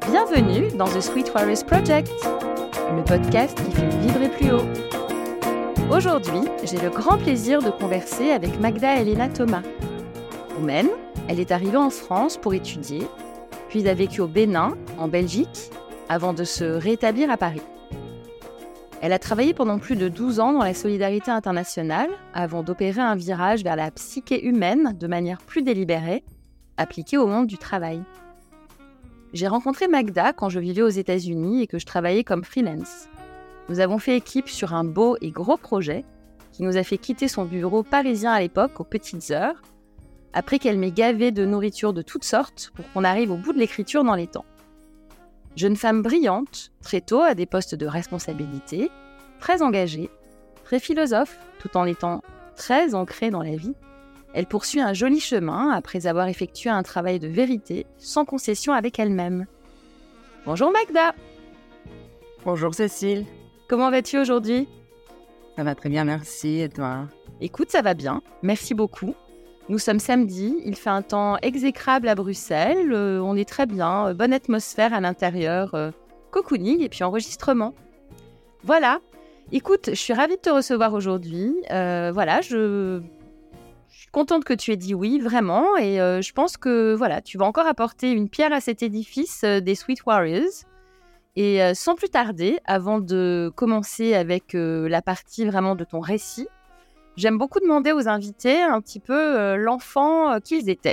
Bienvenue dans The Sweet Warriors Project, le podcast qui fait vibrer plus haut. Aujourd'hui, j'ai le grand plaisir de converser avec Magda Elena Thomas. Roumaine, elle est arrivée en France pour étudier, puis a vécu au Bénin, en Belgique, avant de se rétablir à Paris. Elle a travaillé pendant plus de 12 ans dans la solidarité internationale avant d'opérer un virage vers la psyché humaine de manière plus délibérée, appliquée au monde du travail. J'ai rencontré Magda quand je vivais aux États-Unis et que je travaillais comme freelance. Nous avons fait équipe sur un beau et gros projet qui nous a fait quitter son bureau parisien à l'époque aux petites heures, après qu'elle m'ait gavé de nourriture de toutes sortes pour qu'on arrive au bout de l'écriture dans les temps. Jeune femme brillante, très tôt à des postes de responsabilité, très engagée, très philosophe, tout en étant très ancrée dans la vie, elle poursuit un joli chemin après avoir effectué un travail de vérité sans concession avec elle-même. Bonjour Magda. Bonjour Cécile. Comment vas-tu aujourd'hui ? Ça va très bien, merci. Et toi ? Écoute, ça va bien. Merci beaucoup. Nous sommes samedi, il fait un temps exécrable à Bruxelles, on est très bien, bonne atmosphère à l'intérieur, cocooning et puis enregistrement. Voilà, écoute, je suis ravie de te recevoir aujourd'hui, je suis contente que tu aies dit oui, vraiment, et je pense que tu vas encore apporter une pierre à cet édifice des Sweet Warriors. Et sans plus tarder, avant de commencer avec la partie vraiment de ton récit, j'aime beaucoup demander aux invités un petit peu l'enfant qu'ils étaient.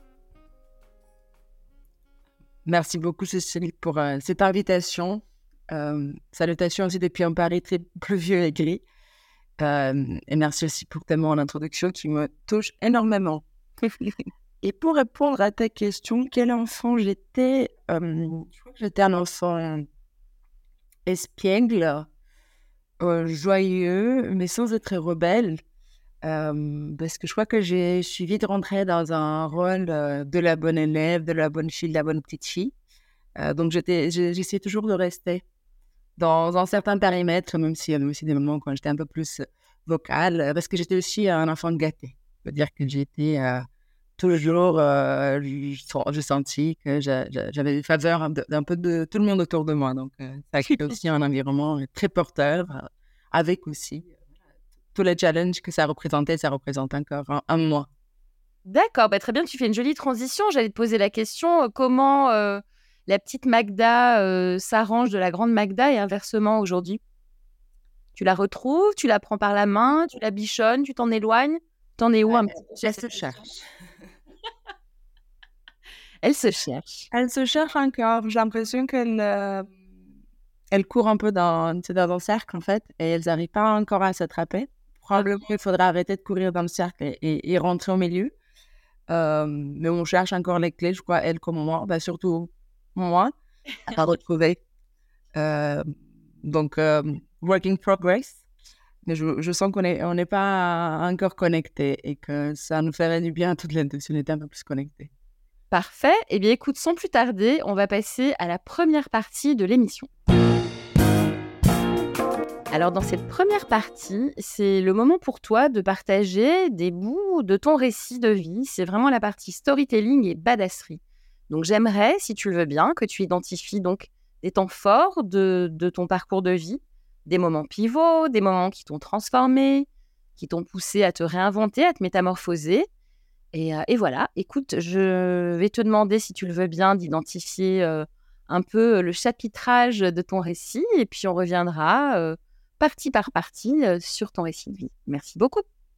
Merci beaucoup Cécile pour cette invitation. Salutations aussi depuis un Paris très pluvieux et gris. Et merci aussi pour tes mots en introduction qui me touchent énormément. Et pour répondre à ta question, quel enfant j'étais je crois que j'étais un enfant espiègle, joyeux, mais sans être rebelle. Parce que je crois que je suis vite rentrée dans un rôle de la bonne élève, de la bonne fille, de la bonne petite fille. Donc j'essayais toujours de rester dans un certain périmètre, même s'il y avait aussi des moments quand j'étais un peu plus vocale, parce que j'étais aussi un enfant gâté. Je veux dire que j'étais toujours, j'ai senti que j'avais des faveurs d'un peu de tout le monde autour de moi. Donc ça a créé aussi un environnement très porteur, avec aussi tous les challenges que ça représentait, ça représente encore un moi. D'accord, très bien, tu fais une jolie transition. J'allais te poser la question, comment la petite Magda s'arrange de la grande Magda et inversement aujourd'hui ? Tu la retrouves, tu la prends par la main, tu la bichonnes, tu t'en éloignes ? T'en es où un petit peu ? Elle se cherche. Elle se cherche. Elle se cherche encore. J'ai l'impression qu'elle elle court un peu dans un cercle, en fait, et elles n'arrivent pas encore à s'attraper. Probablement, il faudra arrêter de courir dans le cercle et rentrer au milieu. Mais on cherche encore les clés, je crois, elle comme moi, surtout moi, à retrouver. Donc, work in progress. Mais je sens qu'on n'est pas encore connectés et que ça nous ferait du bien à toutes les deux si on était un peu plus connectés. Parfait. Eh bien, écoute, sans plus tarder, on va passer à la première partie de l'émission. Alors, dans cette première partie, c'est le moment pour toi de partager des bouts de ton récit de vie. C'est vraiment la partie storytelling et badasserie. Donc, j'aimerais, si tu le veux bien, que tu identifies donc des temps forts de ton parcours de vie, des moments pivots, des moments qui t'ont transformé, qui t'ont poussé à te réinventer, à te métamorphoser. Et voilà, écoute, je vais te demander, si tu le veux bien, d'identifier un peu le chapitrage de ton récit et puis on reviendra partie par partie sur ton récit de vie. Merci beaucoup.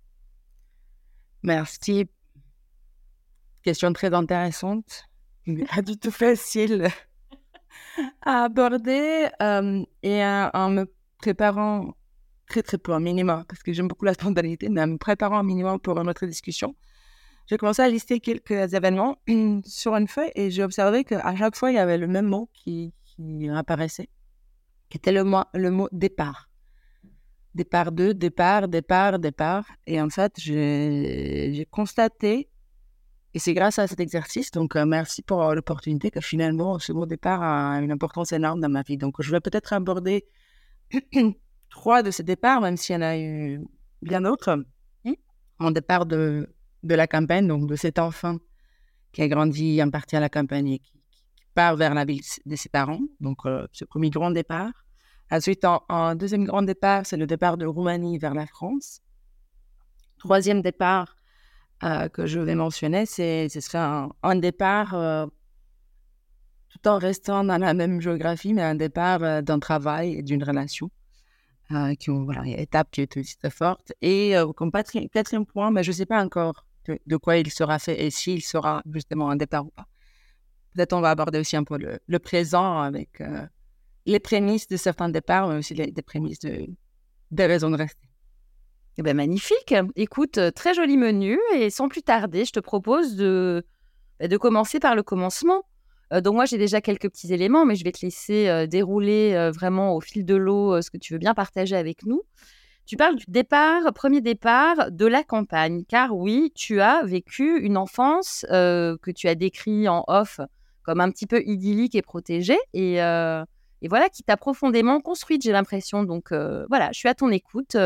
Merci. Question très intéressante, mais pas du tout facile à aborder et en me préparant très très peu, un minimum, parce que j'aime beaucoup la spontanéité, mais en me préparant un minimum pour notre discussion, j'ai commencé à lister quelques événements sur une feuille et j'ai observé qu'à chaque fois, il y avait le même mot qui apparaissait, qui était le mot départ. Départ de, départ. Et en fait, j'ai constaté, et c'est grâce à cet exercice, donc merci pour l'opportunité, que finalement, ce mot départ a une importance énorme dans ma vie. Donc, je vais peut-être aborder 3 de ces départs, même s'il y en a eu bien d'autres. Mon départ de la campagne, donc de cet enfant qui a grandi en partie à la campagne et qui part vers la ville de ses parents. Donc, ce premier grand départ. Ensuite, en deuxième grand départ, c'est le départ de Roumanie vers la France. Troisième départ que je vais mentionner, ce serait un départ tout en restant dans la même géographie, mais un départ d'un travail et d'une relation. Une étape qui est aussi très forte. Et comme quatrième point, mais je ne sais pas encore de quoi il sera fait et s'il sera justement un départ ou pas. Peut-être on va aborder aussi un peu le présent avec les prémices de certains départs, mais aussi des prémices des raisons de rester. Eh ben, magnifique. Écoute, très joli menu. Et sans plus tarder, je te propose de commencer par le commencement. Donc moi, j'ai déjà quelques petits éléments, mais je vais te laisser dérouler vraiment au fil de l'eau ce que tu veux bien partager avec nous. Tu parles du premier départ de la campagne, car oui, tu as vécu une enfance que tu as décrit en off comme un petit peu idyllique et protégée, et voilà, qui t'a profondément construite, j'ai l'impression. Donc voilà, je suis à ton écoute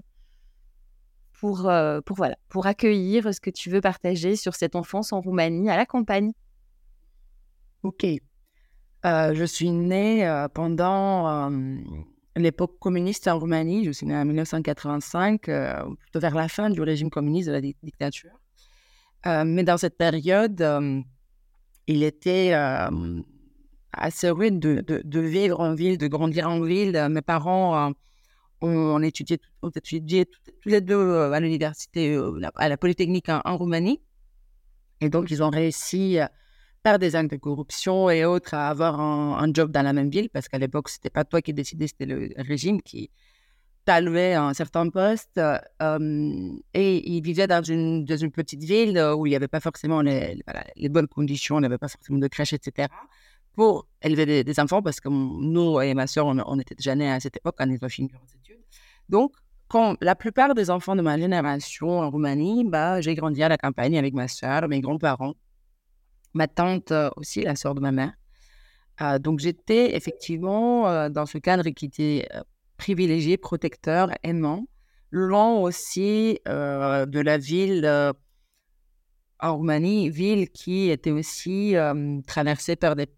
pour accueillir ce que tu veux partager sur cette enfance en Roumanie, à la campagne. Ok. Je suis née pendant l'époque communiste en Roumanie. Je suis née en 1985, plutôt vers la fin du régime communiste de la dictature. Mais dans cette période, il était assez rude de vivre en ville, de grandir en ville. Mes parents ont étudié tous les deux à l'université, à la Polytechnique en Roumanie. Et donc, ils ont réussi par des actes de corruption et autres, à avoir un job dans la même ville, parce qu'à l'époque, c'était pas toi qui décidais, c'était le régime qui t'allouait un certain poste. Et ils vivaient dans une petite ville où il n'y avait pas forcément les bonnes conditions, il n'y avait pas forcément de crèche, etc., pour élever des enfants, parce que nous et ma soeur, on était déjà nés à cette époque, quand ils ont fini leurs études. Donc, quand la plupart des enfants de ma génération en Roumanie, j'ai grandi à la campagne avec ma soeur, mes grands-parents, ma tante aussi, la sœur de ma mère. Donc, j'étais effectivement dans ce cadre qui était privilégié, protecteur, aimant, loin aussi de la ville en Roumanie, ville qui était aussi traversée par des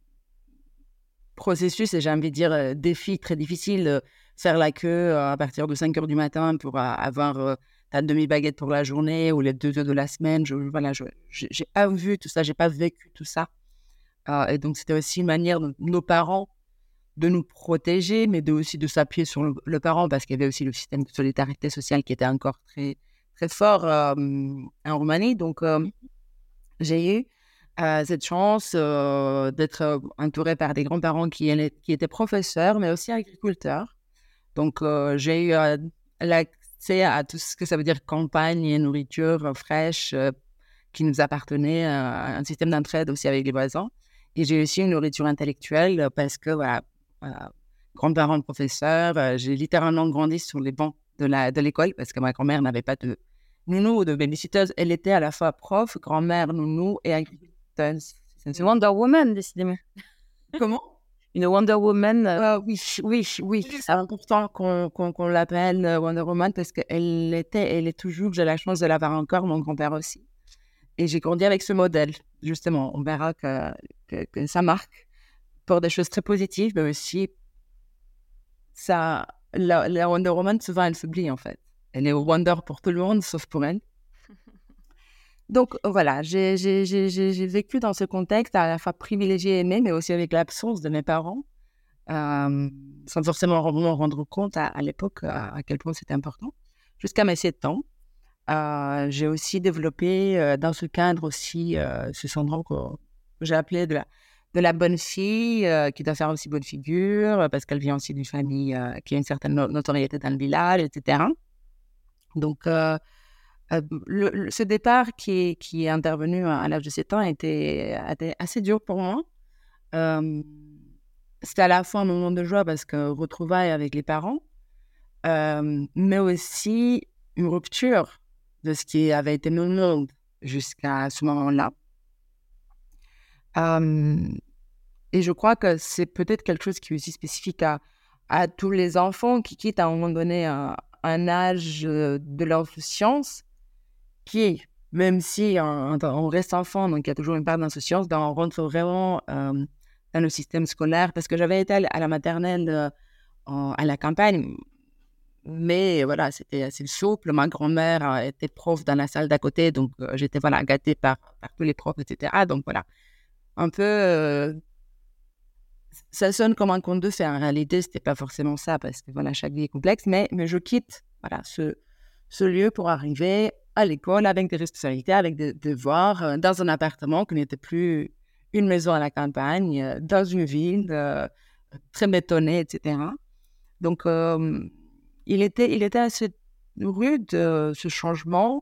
processus et j'ai envie de dire défis très difficiles. Faire la queue à partir de 5 heures du matin pour avoir ta demi-baguette pour la journée ou les 2 heures de la semaine. J'ai pas vu tout ça, j'ai pas vécu tout ça. Et donc, c'était aussi une manière de nos parents de nous protéger, mais aussi de s'appuyer sur le parent, parce qu'il y avait aussi le système de solidarité sociale qui était encore très, très fort en Roumanie. Donc, j'ai eu cette chance d'être entourée par des grands-parents qui étaient professeurs, mais aussi agriculteurs. Donc, j'ai eu l'accès à tout ce que ça veut dire campagne et nourriture fraîche qui nous appartenait, un système d'entraide aussi avec les voisins. Et j'ai aussi une nourriture intellectuelle parce que, grands-parents de professeurs, j'ai littéralement grandi sur les bancs de l'école parce que ma grand-mère n'avait pas de nounou ou de babysitteuse. Elle était à la fois prof, grand-mère, nounou et agriculteuse. C'est Wonder Woman, décidément. Comment? Une Wonder Woman. Oui. C'est important qu'on l'appelle Wonder Woman parce qu'elle est toujours, j'ai la chance de l'avoir encore, mon grand-père aussi. Et j'ai grandi avec ce modèle, justement. On verra que ça marque pour des choses très positives, mais aussi, la Wonder Woman, souvent, elle s'oublie, en fait. Elle est Wonder pour tout le monde, sauf pour elle. Donc, voilà, j'ai vécu dans ce contexte à la fois privilégié et aimé, mais aussi avec l'absence de mes parents, sans forcément me rendre compte à l'époque à quel point c'était important. Jusqu'à mes 7 ans, j'ai aussi développé dans ce cadre aussi ce syndrome que j'ai appelé de la bonne fille qui doit faire aussi bonne figure parce qu'elle vient aussi d'une famille qui a une certaine notoriété dans le village, etc. Donc, ce départ qui est intervenu à l'âge de 7 ans était assez dur pour moi. C'était à la fois un moment de joie parce que retrouvailles avec les parents, mais aussi une rupture de ce qui avait été mon monde jusqu'à ce moment-là. Et je crois que c'est peut-être quelque chose qui est aussi spécifique à tous les enfants qui quittent à un moment donné un âge de l'insouciance qui même si on reste enfant, donc il y a toujours une part d'insouciance, on rentre vraiment dans le système scolaire, parce que j'avais été à la maternelle à la campagne, mais voilà, c'était assez souple. Ma grand-mère était prof dans la salle d'à côté, donc j'étais gâtée par tous les profs, etc. Donc voilà, un peu, ça sonne comme un conte de fées. En réalité, c'était pas forcément ça, parce que voilà, chaque vie est complexe, mais je quitte ce lieu pour arriver à l'école avec des responsabilités, avec des devoirs, dans un appartement qui n'était plus une maison à la campagne, dans une ville très bétonnée, etc. Donc, il était assez rude, ce changement.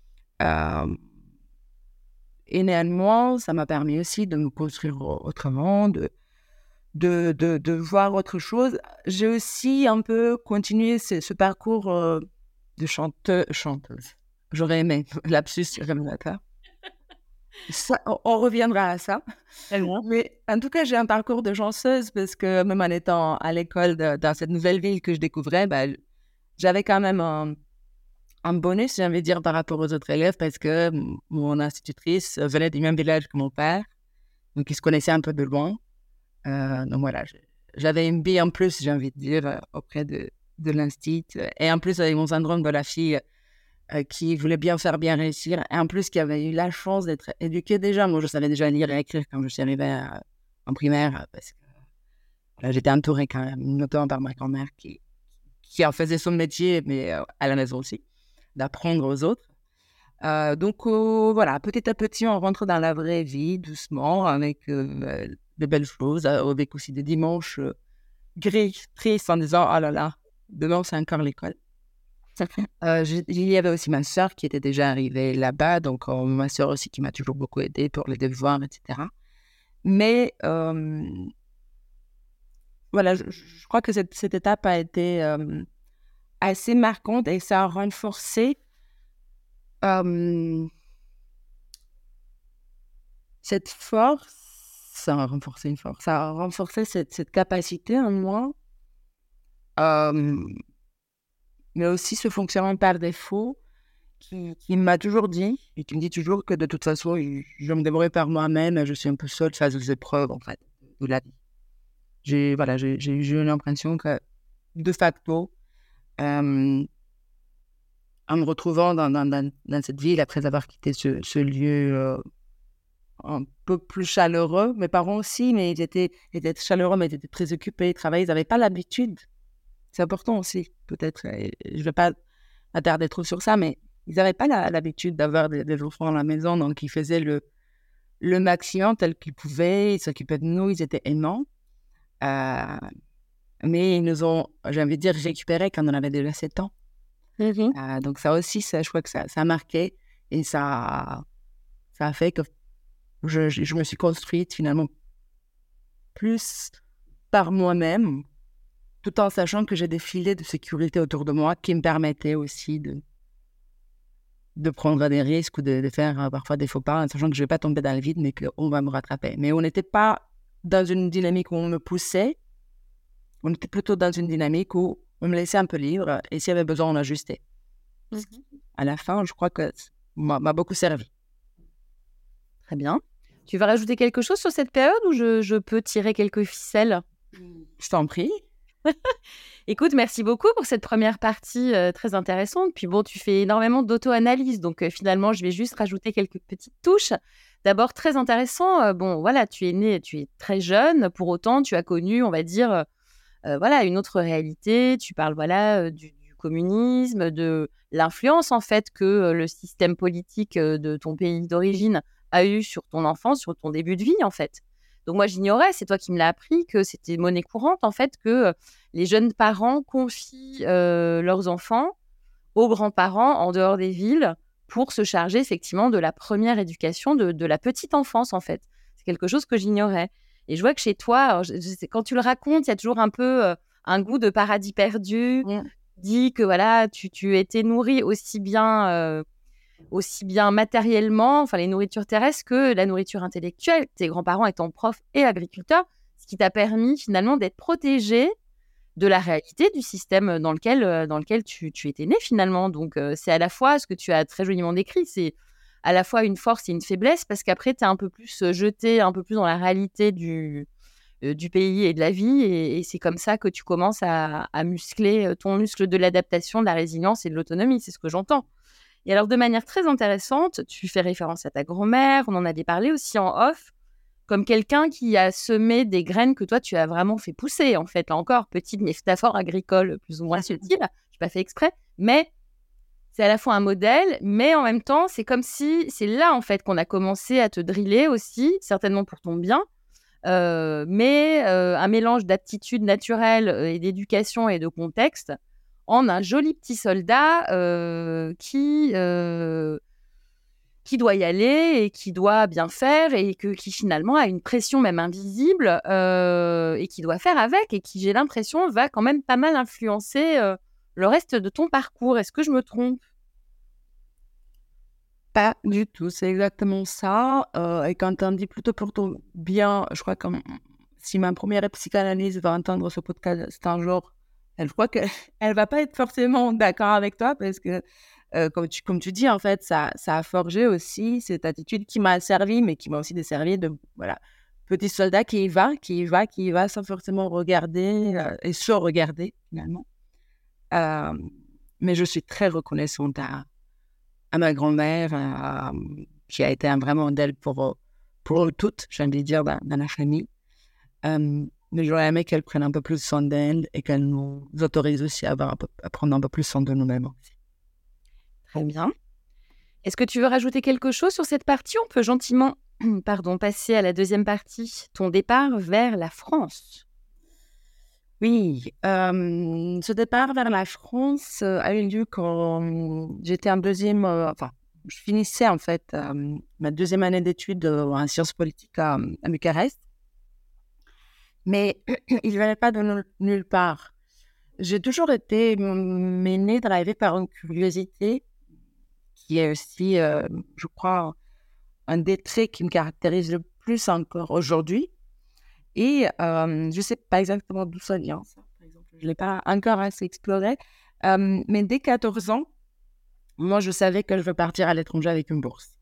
Et néanmoins, ça m'a permis aussi de me construire autrement, de voir autre chose. J'ai aussi un peu continué ce parcours de chanteuse. J'aurais aimé, lapsus révélateur. Ça, on reviendra à ça. Mais en tout cas, j'ai un parcours de chanceuse, parce que même en étant à l'école dans cette nouvelle ville que je découvrais, j'avais quand même un bonus, j'ai envie de dire, par rapport aux autres élèves, parce que mon institutrice venait du même village que mon père, donc ils se connaissaient un peu de loin. Donc voilà, j'avais une bille en plus, j'ai envie de dire, auprès de l'instit. Et en plus, avec mon syndrome de la fille qui voulait bien faire, bien réussir, et en plus qui avait eu la chance d'être éduquée déjà. Moi, je savais déjà lire et écrire quand je suis arrivée en primaire, parce que là, j'étais entourée quand même, notamment par ma grand-mère qui en faisait son métier, mais à la maison aussi, d'apprendre aux autres. Donc voilà, petit à petit, on rentre dans la vraie vie, doucement, avec des belles choses, avec aussi des dimanches gris, tristes, en disant « Oh là là, demain, c'est encore l'école ». Il y avait aussi ma sœur qui était déjà arrivée là-bas, donc ma sœur aussi qui m'a toujours beaucoup aidée pour les devoirs, etc. Mais voilà, je crois que cette étape a été assez marquante, et ça a renforcé cette force, ça a renforcé une force, ça a renforcé cette capacité en moi, mais aussi ce fonctionnement par défaut qui m'a toujours dit, et qui me dit toujours, que de toute façon, je me débrouille par moi-même, je suis un peu seule face aux épreuves, en fait, de la vie. J'ai eu l'impression que, de facto, en me retrouvant dans cette ville, après avoir quitté ce lieu un peu plus chaleureux, mes parents aussi, mais ils étaient chaleureux, mais ils étaient très occupés, ils travaillaient, ils n'avaient pas l'habitude. C'est important aussi, peut-être, je ne vais pas m'attarder trop sur ça, mais ils n'avaient pas l'habitude d'avoir des enfants à la maison, donc ils faisaient le maximum tel qu'ils pouvaient, ils s'occupaient de nous, ils étaient aimants. Mais ils nous ont, j'ai envie de dire, récupérés quand on avait déjà 7 ans. Donc ça aussi, je crois que ça a marqué, et ça a fait que je me suis construite finalement plus par moi-même, tout en sachant que j'ai des filets de sécurité autour de moi qui me permettaient aussi de prendre des risques ou de faire parfois des faux pas, en sachant que je ne vais pas tomber dans le vide, mais qu'on va me rattraper. Mais on n'était pas dans une dynamique où on me poussait, on était plutôt dans une dynamique où on me laissait un peu libre, et s'il y avait besoin, on ajustait. À la fin, je crois que ça m'a beaucoup servi. Très bien. Tu veux rajouter quelque chose sur cette période, ou je peux tirer quelques ficelles ? Je t'en prie. Écoute, merci beaucoup pour cette première partie très intéressante. Puis bon, tu fais énormément d'auto-analyse, donc finalement, je vais juste rajouter quelques petites touches. D'abord, très intéressant, bon, voilà, tu es très jeune, pour autant, tu as connu, on va dire, voilà, une autre réalité. Tu parles, voilà, du communisme, de l'influence, en fait, que le système politique de ton pays d'origine a eu sur ton enfance, sur ton début de vie, en fait. Donc moi, j'ignorais, c'est toi qui me l'as appris, que c'était monnaie courante, en fait, que les jeunes parents confient leurs enfants aux grands-parents en dehors des villes pour se charger, effectivement, de la première éducation de la petite enfance, en fait. C'est quelque chose que j'ignorais. Et je vois que chez toi, alors, quand tu le racontes, il y a toujours un peu un goût de paradis perdu. Dis que voilà, tu étais nourrie aussi bien matériellement, enfin les nourritures terrestres, que la nourriture intellectuelle, tes grands-parents étant profs et agriculteurs, ce qui t'a permis finalement d'être protégée de la réalité du système dans lequel tu étais né finalement. Donc c'est à la fois ce que tu as très joliment décrit, c'est à la fois une force et une faiblesse, parce qu'après, tu es un peu plus jeté, un peu plus dans la réalité du pays et de la vie. Et c'est comme ça que tu commences à muscler ton muscle de l'adaptation, de la résilience et de l'autonomie. C'est ce que j'entends. Et alors, de manière très intéressante, tu fais référence à ta grand-mère, on en avait parlé aussi en off, comme quelqu'un qui a semé des graines que toi, tu as vraiment fait pousser, en fait. Là encore, petite métaphore agricole plus ou moins subtile, je n'ai pas fait exprès, mais c'est à la fois un modèle, mais en même temps, c'est comme si c'est là, en fait, qu'on a commencé à te driller aussi, certainement pour ton bien, mais un mélange d'aptitudes naturelles et d'éducation et de contexte en un joli petit soldat qui doit y aller et qui doit bien faire et qui finalement a une pression même invisible et qui doit faire avec et qui, j'ai l'impression, va quand même pas mal influencer le reste de ton parcours. Est-ce que je me trompe ? Pas du tout, c'est exactement ça. Et quand on dit plutôt pour ton bien, je crois que si ma première psychanalyse va entendre ce podcast un jour, je crois qu'elle ne va pas être forcément d'accord avec toi parce que, comme tu dis, en fait, ça a forgé aussi cette attitude qui m'a servi, mais qui m'a aussi desservi de, voilà, petit soldat qui y va sans forcément regarder et se regarder, finalement. Mais je suis très reconnaissante à ma grand-mère, qui a été un vrai modèle pour nous toutes, j'ai envie de dire, dans la famille. Mais j'aurais aimé qu'elle prenne un peu plus soin d'elle et qu'elle nous autorise aussi à prendre un peu plus soin de nous-mêmes aussi. Très bien. Est-ce que tu veux rajouter quelque chose sur cette partie ? On peut gentiment passer à la deuxième partie, ton départ vers la France. Oui, ce départ vers la France a eu lieu quand j'étais en deuxième, je finissais en fait ma deuxième année d'études en sciences politiques à Bucarest. Mais il ne venait pas de nulle part. J'ai toujours été menée dans la vie par une curiosité qui est aussi, je crois, un des traits qui me caractérise le plus encore aujourd'hui. Et je ne sais pas exactement d'où ça vient, ça, par exemple. Je ne l'ai pas encore assez exploré. Mais dès 14 ans, moi, je savais que je veux partir à l'étranger avec une bourse.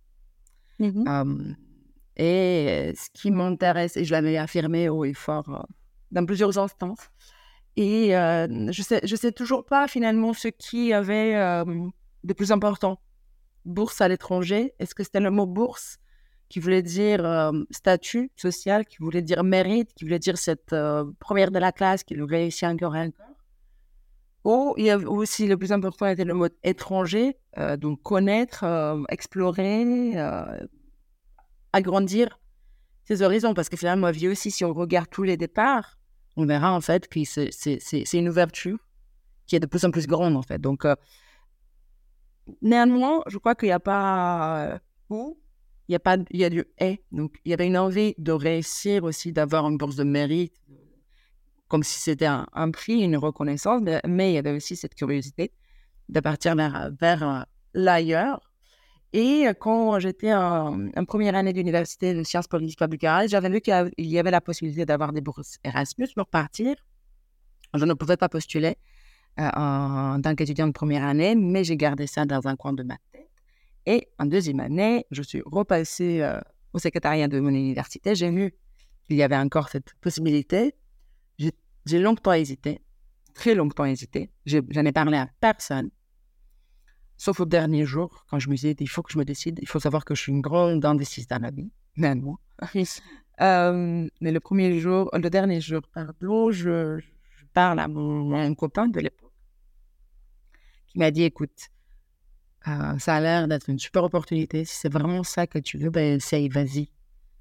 Et ce qui m'intéresse, et je l'avais affirmé haut et fort dans plusieurs instances, et je sais toujours pas finalement ce qui avait de plus important. Bourse à l'étranger, est-ce que c'était le mot bourse qui voulait dire statut social, qui voulait dire mérite, qui voulait dire cette première de la classe qui le réussit encore et encore? Ou il y a aussi le plus important était le mot étranger, donc connaître, explorer, agrandir ses horizons, parce que finalement, ma vie aussi, si on regarde tous les départs, on verra en fait que c'est une ouverture qui est de plus en plus grande en fait. Donc, néanmoins, je crois qu'il n'y a pas il y a du et. Donc, il y avait une envie de réussir aussi, d'avoir une bourse de mérite, comme si c'était un prix, une reconnaissance, mais il y avait aussi cette curiosité de partir vers l'ailleurs. Et quand j'étais en première année d'université de sciences politiques à Bucarest, j'avais vu qu'il y avait la possibilité d'avoir des bourses Erasmus pour partir. Je ne pouvais pas postuler en tant qu'étudiante de première année, mais j'ai gardé ça dans un coin de ma tête. Et en deuxième année, je suis repassée au secrétariat de mon université. J'ai vu qu'il y avait encore cette possibilité. J'ai longtemps hésité, très longtemps hésité. J'en ai parlé à personne. Sauf au dernier jour, quand je me disais, il faut que je me décide. Il faut savoir que je suis une grande indécise dans la vie, même moi. Mais le dernier jour, pardon, je parle à mon copain de l'époque qui m'a dit, écoute, ça a l'air d'être une super opportunité. Si c'est vraiment ça que tu veux, ben essaye, vas-y.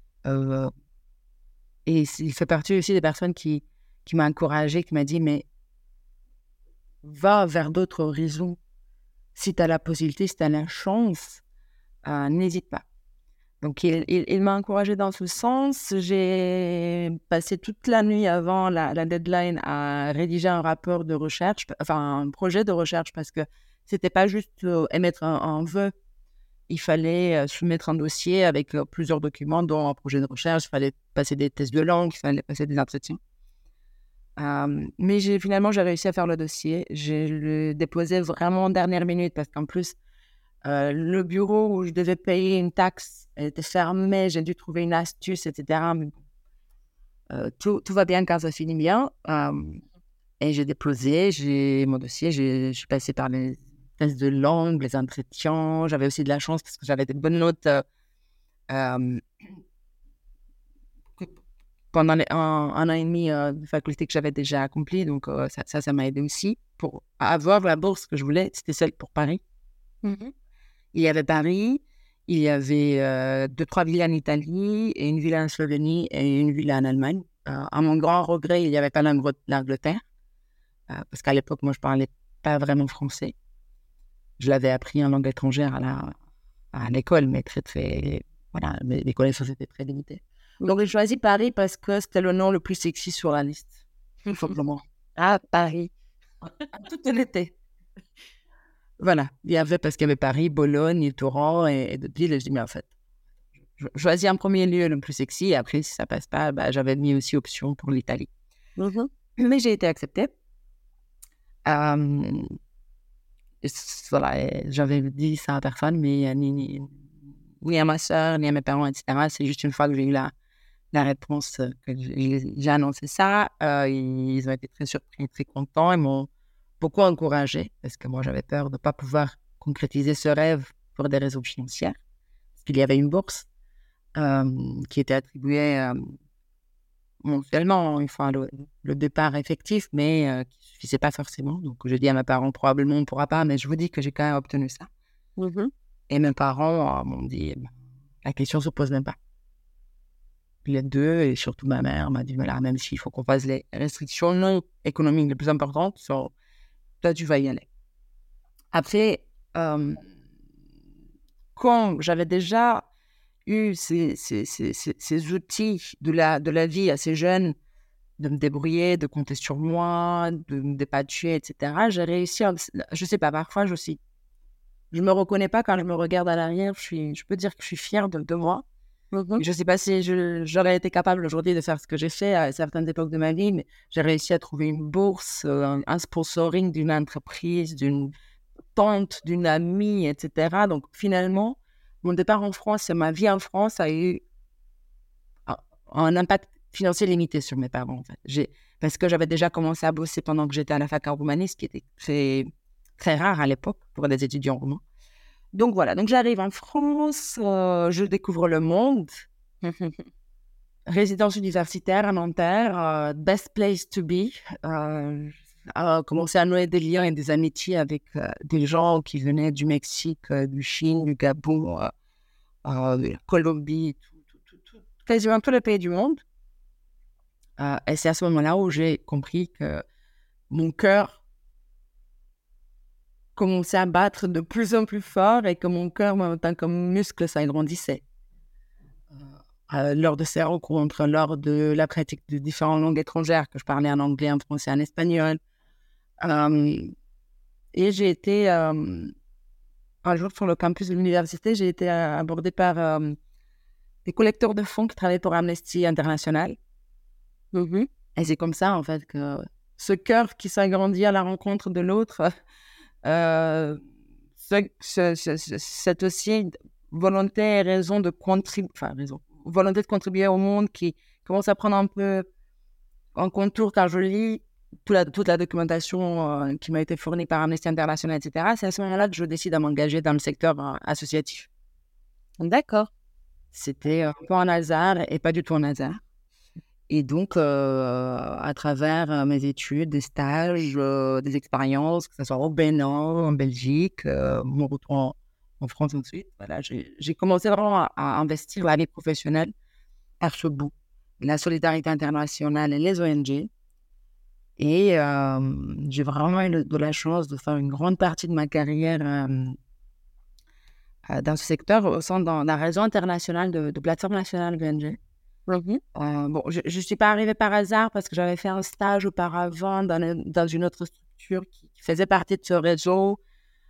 Et il fait partie aussi des personnes qui m'a encouragée, qui m'a dit, mais va vers d'autres horizons. Si tu as la possibilité, si tu as la chance, n'hésite pas. Donc, il m'a encouragée dans ce sens. J'ai passé toute la nuit avant la deadline à rédiger un rapport de recherche, enfin un projet de recherche, parce que c'était pas juste émettre un vœu. Il fallait soumettre un dossier avec plusieurs documents, dont un projet de recherche. Il fallait passer des tests de langue, il fallait passer des entretiens. Mais finalement, j'ai réussi à faire le dossier. Je le déposais vraiment en dernière minute parce qu'en plus, Le bureau où je devais payer une taxe était fermé. J'ai dû trouver une astuce, etc. Mais tout va bien quand ça finit bien. Et j'ai déposé mon dossier. Je suis passée par les tests de langue, les entretiens. J'avais aussi de la chance parce que j'avais des bonnes notes euh, pendant un an et demi de faculté que j'avais déjà accompli. Donc, ça m'a aidé aussi pour avoir la bourse que je voulais. C'était celle pour Paris. Il y avait Paris, il y avait 2-3 villes en Italie et une ville en Slovénie et une ville en Allemagne. À mon grand regret, il n'y avait pas l'Angleterre parce qu'à l'époque, moi, je parlais pas vraiment français. Je l'avais appris en langue étrangère à l'école, mais voilà, mes connaissances étaient très limitées. Donc, j'ai choisi Paris parce que c'était le nom le plus sexy sur la liste, tout simplement. Ah, Paris. Tout l'été. Voilà, parce qu'il y avait Paris, Bologne, Touran et d'autres villes. Et je dis, mais en fait, je choisis en premier lieu le plus sexy. Et après, si ça passe pas, j'avais mis aussi option pour l'Italie. Mais j'ai été acceptée. Voilà, j'avais dit ça à personne, mais ni à ma soeur, ni à mes parents, etc. C'est juste une fois que j'ai eu la réponse que j'ai annoncé ça. Ils ont été très surpris, très contents. Ils m'ont beaucoup encouragée parce que moi, j'avais peur de ne pas pouvoir concrétiser ce rêve pour des raisons financières. Parce qu'il y avait une bourse qui était attribuée mensuellement, une fois le départ effectif, mais qui ne suffisait pas forcément. Donc, je dis à mes parents, probablement, on ne pourra pas, mais je vous dis que j'ai quand même obtenu ça. Et mes parents m'ont dit, la question ne se pose même pas. Les deux, et surtout ma mère, m'a dit, voilà, même s'il faut qu'on fasse les restrictions non économiques les plus importantes, toi, tu vas y aller. Après, quand j'avais déjà eu ces outils de la vie assez jeune, de me débrouiller, de compter sur moi, de me dépatouiller, etc., j'ai réussi je sais pas, parfois, je me reconnais pas quand je me regarde à l'arrière, je peux dire que je suis fière de moi. Je sais pas si j'aurais été capable aujourd'hui de faire ce que j'ai fait à certaines époques de ma vie, mais j'ai réussi à trouver une bourse, un sponsoring d'une entreprise, d'une tante, d'une amie, etc. Donc, finalement, mon départ en France et ma vie en France a eu un impact financier limité sur mes parents, en fait. Parce que j'avais déjà commencé à bosser pendant que j'étais à la fac en Roumanie, ce qui était très, très rare à l'époque pour des étudiants roumains. Donc, voilà. Donc, j'arrive en France, je découvre le monde. Résidence universitaire à Nanterre, best place to be. Commencer à nouer des liens et des amitiés avec des gens qui venaient du Mexique, du Chine, du Gabon, de la Colombie, quasiment tous les pays du monde. Et c'est à ce moment-là où j'ai compris que mon cœur commençait à battre de plus en plus fort et que mon cœur, en tant que muscle, ça grandissait. Lors de ces rencontres, lors de la pratique de différentes langues étrangères, que je parlais en anglais, en français, en espagnol. Et j'ai été, un jour sur le campus de l'université, j'ai été abordée par des collecteurs de fonds qui travaillaient pour Amnesty International. Et c'est comme ça, en fait, que ce cœur qui s'agrandit à la rencontre de l'autre, c'est aussi volonté et raison de volonté de contribuer au monde qui commence à prendre un peu en contour quand je lis toute la documentation qui m'a été fournie par Amnesty International, etc. C'est à ce moment-là que je décide de m'engager dans le secteur associatif. D'accord. C'était un peu un hasard et pas du tout un hasard. Et donc, à travers mes études, des stages, des expériences, que ce soit au Bénin, en Belgique, mon retour en France ensuite, voilà, j'ai commencé vraiment à investir la vie professionnelle par ce bout, la solidarité internationale et les ONG. Et j'ai vraiment eu de la chance de faire une grande partie de ma carrière dans ce secteur au sein de la réseau international de plateformes nationales d'ONG. Bon, je ne suis pas arrivée par hasard parce que j'avais fait un stage auparavant dans une autre structure qui faisait partie de ce réseau.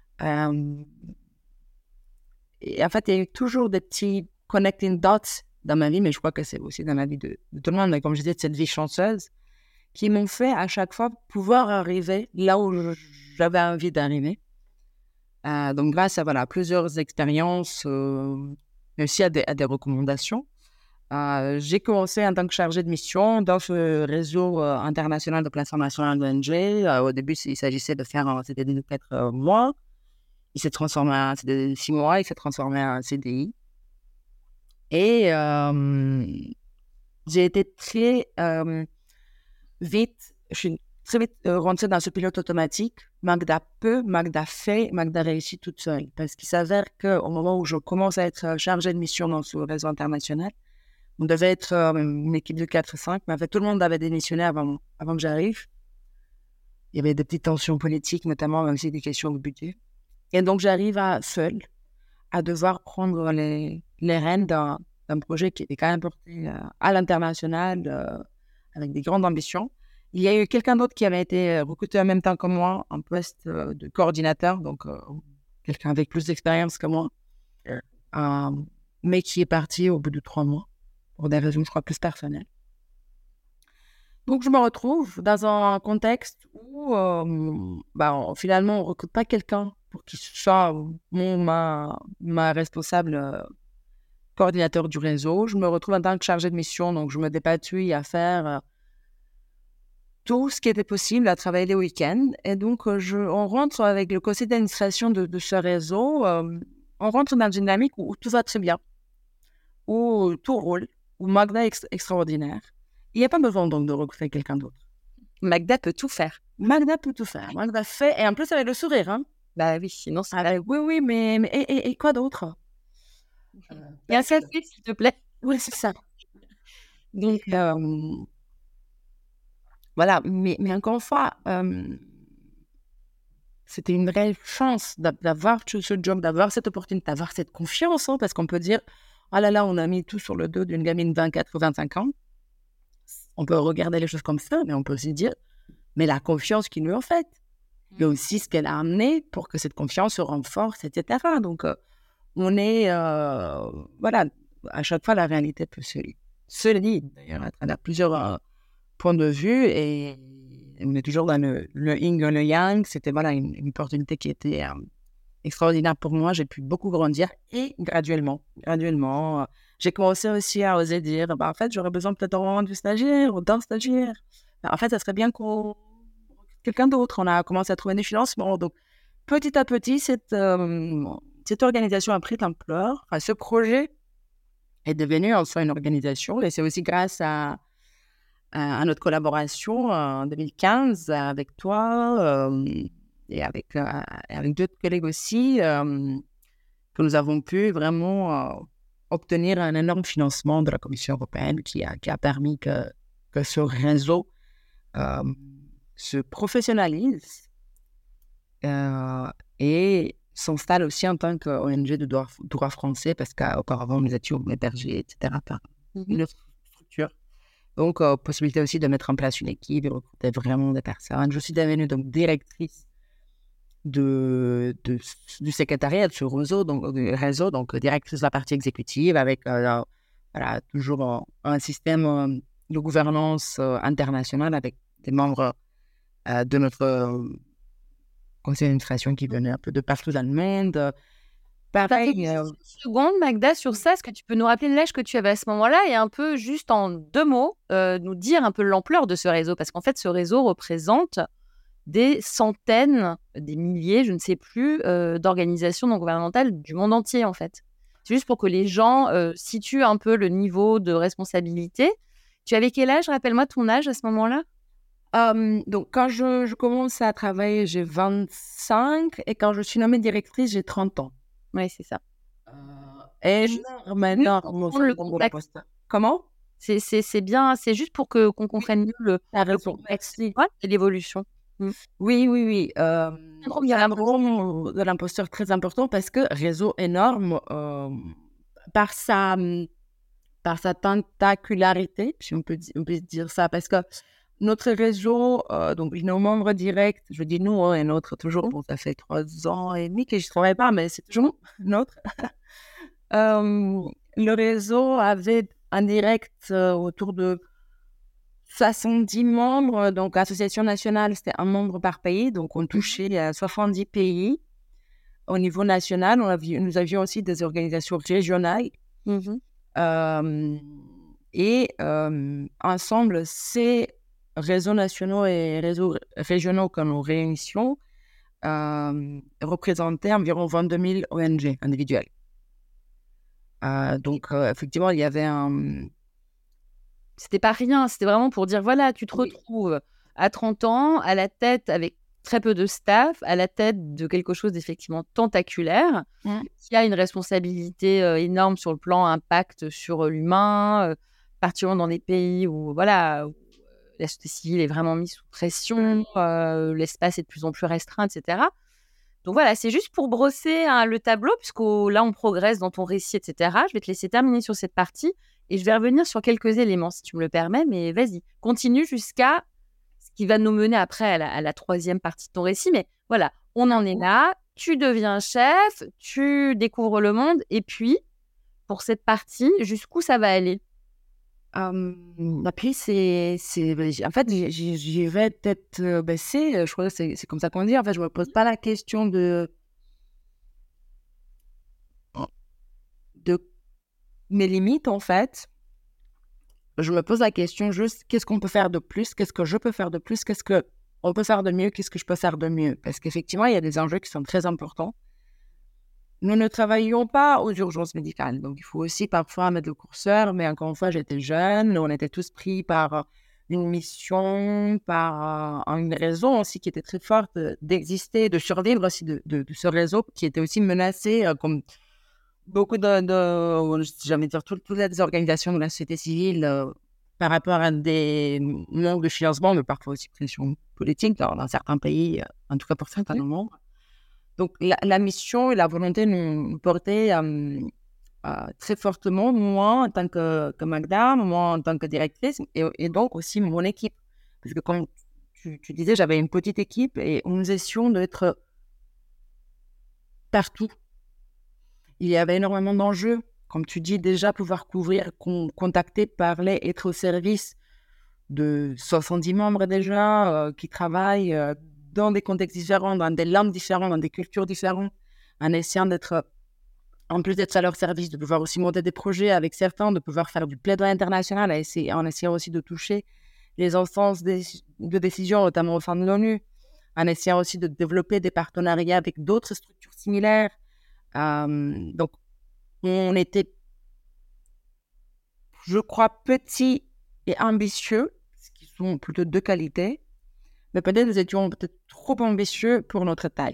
Et en fait, il y a eu toujours des petits connecting dots dans ma vie, mais je crois que c'est aussi dans la vie de tout le monde. Mais comme je disais, de cette vie chanceuse qui m'ont fait à chaque fois pouvoir arriver là où j'avais envie d'arriver. Donc, grâce à plusieurs expériences, mais aussi à des recommandations, j'ai commencé en tant que chargée de mission dans ce réseau international de plateformes nationales d'ONG. Au début, il s'agissait de faire un CDD de 4 mois. Il s'est transformé en CDD de 6 mois. Il s'est transformé en CDI. Et j'ai été très vite, je suis très vite rentrée dans ce pilote automatique. Magda peut, Magda fait, Magda réussit toute seule. Parce qu'il s'avère qu'au moment où je commence à être chargée de mission dans ce réseau international, on devait être une équipe de 4-5, mais en fait, tout le monde avait démissionné avant que j'arrive. Il y avait des petites tensions politiques, notamment, même aussi des questions de budget. Et donc, j'arrive seule à devoir prendre les rênes d'un projet qui était quand même porté à l'international, avec des grandes ambitions. Il y a eu quelqu'un d'autre qui avait été recruté en même temps que moi, en poste de coordinateur, donc quelqu'un avec plus d'expérience que moi, mais qui est parti au bout de 3 mois, pour des raisons, je crois, plus personnelles. Donc, je me retrouve dans un contexte où, finalement, on ne recrute pas quelqu'un pour qu'il soit ma responsable coordinateur du réseau. Je me retrouve en tant que chargée de mission, donc je me dépatouille à faire tout ce qui était possible, à travailler les week-ends. Et donc, on rentre avec le conseil d'administration de ce réseau, on rentre dans une dynamique où tout va très bien, où tout roule, où Magda est extraordinaire. Il n'y a pas besoin donc de recruter quelqu'un d'autre. Magda peut tout faire. Magda peut tout faire. Magda fait, et en plus avec le sourire. Hein. Bah oui, sinon c'est... Oui, mais et quoi d'autre? Il y a un selfie, s'il te plaît. Oui, c'est ça. Donc, voilà. Mais encore une fois, c'était une réelle chance d'avoir ce job, d'avoir cette opportunité, d'avoir cette confiance, hein, parce qu'on peut dire, oh là là, on a mis tout sur le dos d'une gamine de 24 ou 25 ans. On peut regarder les choses comme ça, mais on peut aussi dire, mais la confiance qu'ils nous ont faite, mais aussi ce qu'elle a amené pour que cette confiance se renforce, etc. Donc, on est, à chaque fois, la réalité peut se lie, d'ailleurs, à travers plusieurs points de vue, et on est toujours dans le yin et le yang. C'était une opportunité qui était extraordinaire pour moi. J'ai pu beaucoup grandir, et graduellement, j'ai commencé aussi à oser dire, en fait, j'aurais besoin peut-être du stagiaire ou d'un stagiaire. En fait, ça serait bien qu'on quelqu'un d'autre. On a commencé à trouver des financements. Donc, petit à petit, cette organisation a pris ampleur. Enfin, ce projet est devenu en soi une organisation, et c'est aussi grâce à notre collaboration en 2015 avec toi et avec d'autres collègues aussi, que nous avons pu vraiment obtenir un énorme financement de la Commission européenne qui a permis que ce réseau se professionnalise et s'installe aussi en tant qu'ONG de droit français, parce qu'auparavant, nous étions hébergés, etc., par une autre structure. Donc, possibilité aussi de mettre en place une équipe et recruter vraiment des personnes. Je suis devenue donc directrice du secrétariat de ce réseau, donc directrice de la partie exécutive, avec toujours un système de gouvernance internationale avec des membres de notre conseil d'administration qui venaient un peu de partout dans le monde. Pareil. Une seconde, Magda, sur ça, est-ce que tu peux nous rappeler l'âge que tu avais à ce moment-là et un peu, juste en 2 mots, nous dire un peu l'ampleur de ce réseau? Parce qu'en fait, ce réseau représente des centaines, des milliers, je ne sais plus, d'organisations non gouvernementales du monde entier, en fait. C'est juste pour que les gens situent un peu le niveau de responsabilité. Tu avais quel âge? Rappelle-moi ton âge à ce moment-là. Donc, quand je commence à travailler, j'ai 25, et quand je suis nommée directrice, j'ai 30 ans. Oui, c'est ça. Maintenant, comment? C'est bien, c'est juste pour qu'on comprenne mieux le contexte et l'évolution. Oui. Il y a un rôle de l'imposteur très important, parce que réseau énorme, par sa tentacularité, si on peut dire ça, parce que notre réseau, donc nos membres directs, je dis nous, et notre toujours, ça fait 3 ans et demi que je ne travaille pas, mais c'est toujours notre. Le réseau avait en direct autour de 70 membres, donc l'association nationale, c'était un membre par pays, donc on touchait 70 pays. au niveau national, nous avions aussi des organisations régionales. Ensemble, ces réseaux nationaux et réseaux régionaux que nous réunissions représentaient environ 22 000 ONG individuelles. Donc, effectivement, il y avait C'était pas rien, c'était vraiment pour dire, voilà, tu te retrouves à 30 ans, à la tête, avec très peu de staff, à la tête de quelque chose d'effectivement tentaculaire, qui a une responsabilité énorme sur le plan impact sur l'humain, particulièrement dans des pays où, voilà, où la société civile est vraiment mise sous pression, l'espace est de plus en plus restreint, etc. Donc voilà, c'est juste pour brosser le tableau, puisque là, on progresse dans ton récit, etc. Je vais te laisser terminer sur cette partie et je vais revenir sur quelques éléments, si tu me le permets. Mais vas-y, continue jusqu'à ce qui va nous mener après à la troisième partie de ton récit. Mais voilà, on en est là. Tu deviens chef, tu découvres le monde. Et puis, pour cette partie, jusqu'où ça va aller? Puis, en fait, j'y vais peut-être baisser. Je crois que c'est comme ça qu'on dit. En fait, je me pose pas la question de mes limites, en fait. Je me pose la question juste, qu'est-ce qu'on peut faire de plus? Qu'est-ce que je peux faire de plus? Qu'est-ce qu'on peut faire de mieux? Qu'est-ce que je peux faire de mieux? Parce qu'effectivement, il y a des enjeux qui sont très importants. Nous ne travaillions pas aux urgences médicales. Donc, il faut aussi parfois mettre le curseur. Mais encore une fois, j'étais jeune. On était tous pris par une mission, par une raison aussi qui était très forte d'exister, de survivre aussi de ce réseau qui était aussi menacé comme beaucoup j'ai envie de dire, toutes les organisations de la société civile par rapport à des manques de financement, mais parfois aussi pression politique dans certains pays, en tout cas pour certains membres. Donc, la mission et la volonté nous portaient très fortement, moi en tant que Magda, moi en tant que directrice, et donc aussi mon équipe. Parce que comme tu disais, j'avais une petite équipe et nous essayons d'être partout. Il y avait énormément d'enjeux. Comme tu dis, déjà pouvoir couvrir, contacter, parler, être au service de 70 membres déjà qui travaillent dans des contextes différents, dans des langues différentes, dans des cultures différentes, en essayant d'être, en plus d'être à leur service, de pouvoir aussi monter des projets avec certains, de pouvoir faire du plaidoyer international, en essayant aussi de toucher les instances de décision, notamment au sein de l'ONU, en essayant aussi de développer des partenariats avec d'autres structures similaires. Donc, on était, je crois, petits et ambitieux, ce qui sont plutôt deux qualités, mais peut-être nous étions peut-être trop ambitieux pour notre taille.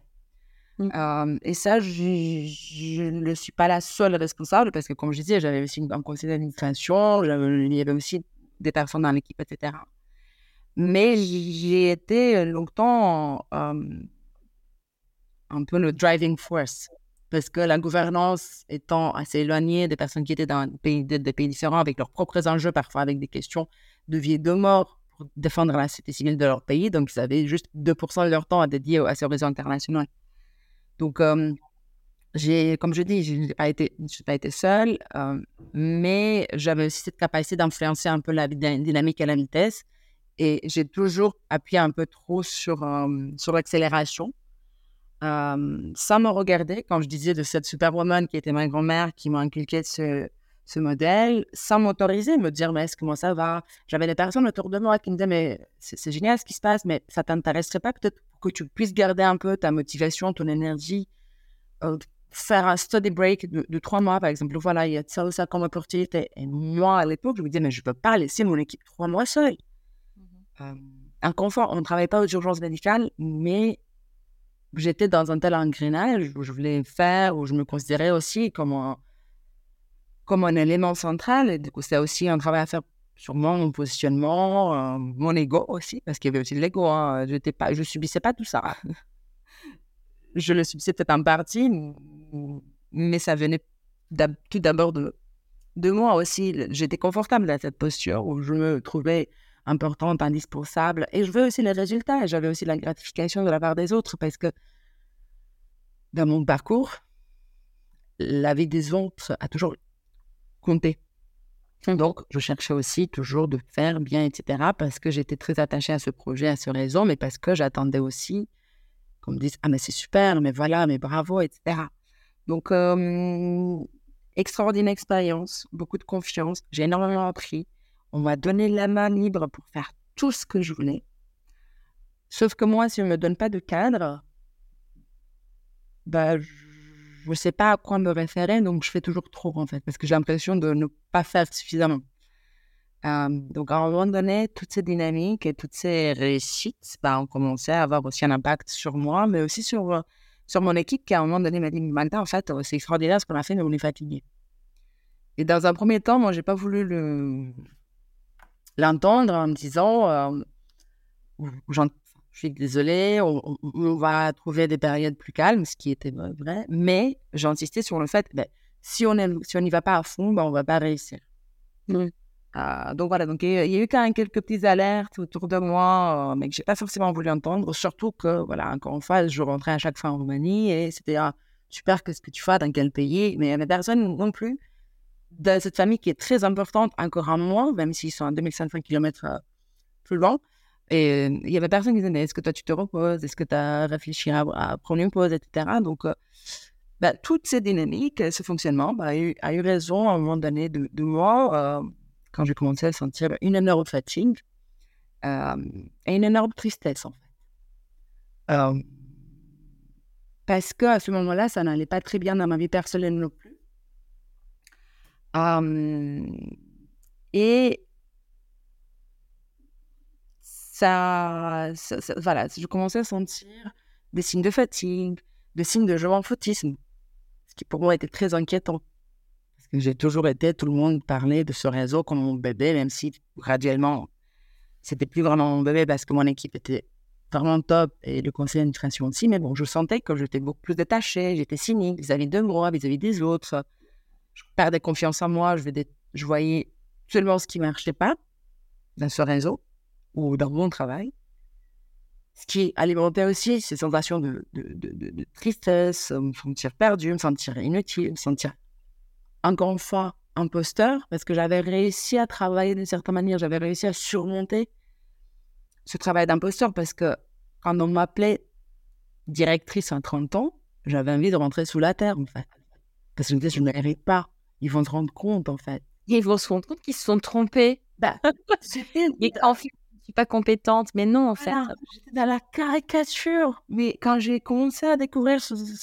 Et ça, je ne suis pas la seule responsable parce que, comme je disais, j'avais aussi un conseil d'administration, il y avait aussi des personnes dans l'équipe, etc. Mais j'ai été longtemps un peu le driving force parce que la gouvernance étant assez éloignée des personnes qui étaient dans des pays différents avec leurs propres enjeux, parfois avec des questions de vie et de mort pour défendre la société civile de leur pays. Donc, ils avaient juste 2% de leur temps à dédier à ces réseaux internationaux. Donc, comme je dis, je n'ai pas été seule, mais j'avais aussi cette capacité d'influencer un peu la dynamique à la vitesse. Et j'ai toujours appuyé un peu trop sur l'accélération. Sans me regarder, quand je disais de cette superwoman qui était ma grand-mère, qui m'a inculqué ce modèle, sans m'autoriser, me dire, mais est-ce que moi ça va? J'avais des personnes autour de moi qui me disaient, mais c'est génial ce qui se passe, mais ça t'intéresserait pas peut-être pour que tu puisses garder un peu ta motivation, ton énergie, faire un study break de 3 mois, par exemple. Voilà, il y a ça ou ça comme opportunité. Et moi, à l'époque, je me disais, mais je ne peux pas laisser mon équipe 3 mois seule. Encore une fois, on ne travaille pas aux urgences médicales, mais j'étais dans un tel engrenage où je voulais faire, où je me considérais aussi comme un élément central. Et du coup, c'est aussi un travail à faire sur mon positionnement, mon ego aussi, parce qu'il y avait aussi de l'ego. Hein. Je subissais pas tout ça. Je le subissais peut-être en partie, mais ça venait tout d'abord de moi aussi. J'étais confortable dans cette posture où je me trouvais importante, indispensable. Et je veux aussi les résultats. J'avais aussi la gratification de la part des autres parce que dans mon parcours, la vie des autres a toujours compté. Donc, je cherchais aussi toujours de faire bien, etc. parce que j'étais très attachée à ce projet, à ce réseau, mais parce que j'attendais aussi qu'on me dise « Ah, mais c'est super, mais voilà, mais bravo, etc. » Donc, extraordinaire expérience, beaucoup de confiance. J'ai énormément appris. On m'a donné la main libre pour faire tout ce que je voulais. Sauf que moi, si on ne me donne pas de cadre, bah, je ne sais pas à quoi me référer, donc je fais toujours trop, en fait, parce que j'ai l'impression de ne pas faire suffisamment. Donc, à un moment donné, toutes ces dynamiques et toutes ces réussites, bah, ont commencé à avoir aussi un impact sur moi, mais aussi sur mon équipe qui, à un moment donné, m'a dit « Magda, en fait, c'est extraordinaire ce qu'on a fait, mais on est fatigué. » Et dans un premier temps, moi, je n'ai pas voulu l'entendre en me disant je suis désolée, on va trouver des périodes plus calmes, ce qui était vrai, mais j'ai insisté sur le fait si on n'y va pas à fond, on ne va pas réussir. Donc voilà, donc il y a eu quand même quelques petites alertes autour de moi, mais que je n'ai pas forcément voulu entendre, surtout que, voilà, encore une fois, je rentrais à chaque fois en Roumanie et c'était super, qu'est-ce que tu fais, dans quel pays, mais il n'y avait personne non plus de cette famille qui est très importante, encore à moi, même s'ils sont à 2500 km plus loin. Et il n'y avait personne qui disait « Mais est-ce que toi, tu te reposes? Est-ce que tu as réfléchi à prendre une pause, etc. » Donc, toutes ces dynamiques, ce fonctionnement a eu raison à un moment donné de moi quand j'ai commencé à sentir une énorme fatigue et une énorme tristesse, en fait. Parce qu'à ce moment-là, ça n'allait pas très bien dans ma vie personnelle non plus. Et voilà, je commençais à sentir des signes de fatigue, des signes de je m'en foutisme, ce qui pour moi était très inquiétant. Parce que j'ai toujours été, tout le monde parlait de ce réseau comme mon bébé, même si graduellement, c'était plus vraiment mon bébé parce que mon équipe était vraiment top et le conseil d'administration aussi. Mais bon, je sentais que j'étais beaucoup plus détachée, j'étais cynique vis-à-vis de moi, vis-à-vis des autres. Je perdais confiance en moi, je voyais seulement ce qui ne marchait pas dans ce réseau ou dans mon travail. Ce qui alimentait aussi ces sensations de tristesse, me sentir perdu, me sentir inutile, me sentir encore une fois imposteur, parce que j'avais réussi à travailler d'une certaine manière, j'avais réussi à surmonter ce travail d'imposteur, parce que quand on m'appelait directrice à 30 ans, j'avais envie de rentrer sous la terre, en fait. Parce que je me disais, je ne mérite pas. Ils vont se rendre compte, en fait. Ils vont se rendre compte qu'ils se sont trompés. Et en fait, je ne suis pas compétente, mais non, en fait. J'étais dans la caricature. Mais quand j'ai commencé à découvrir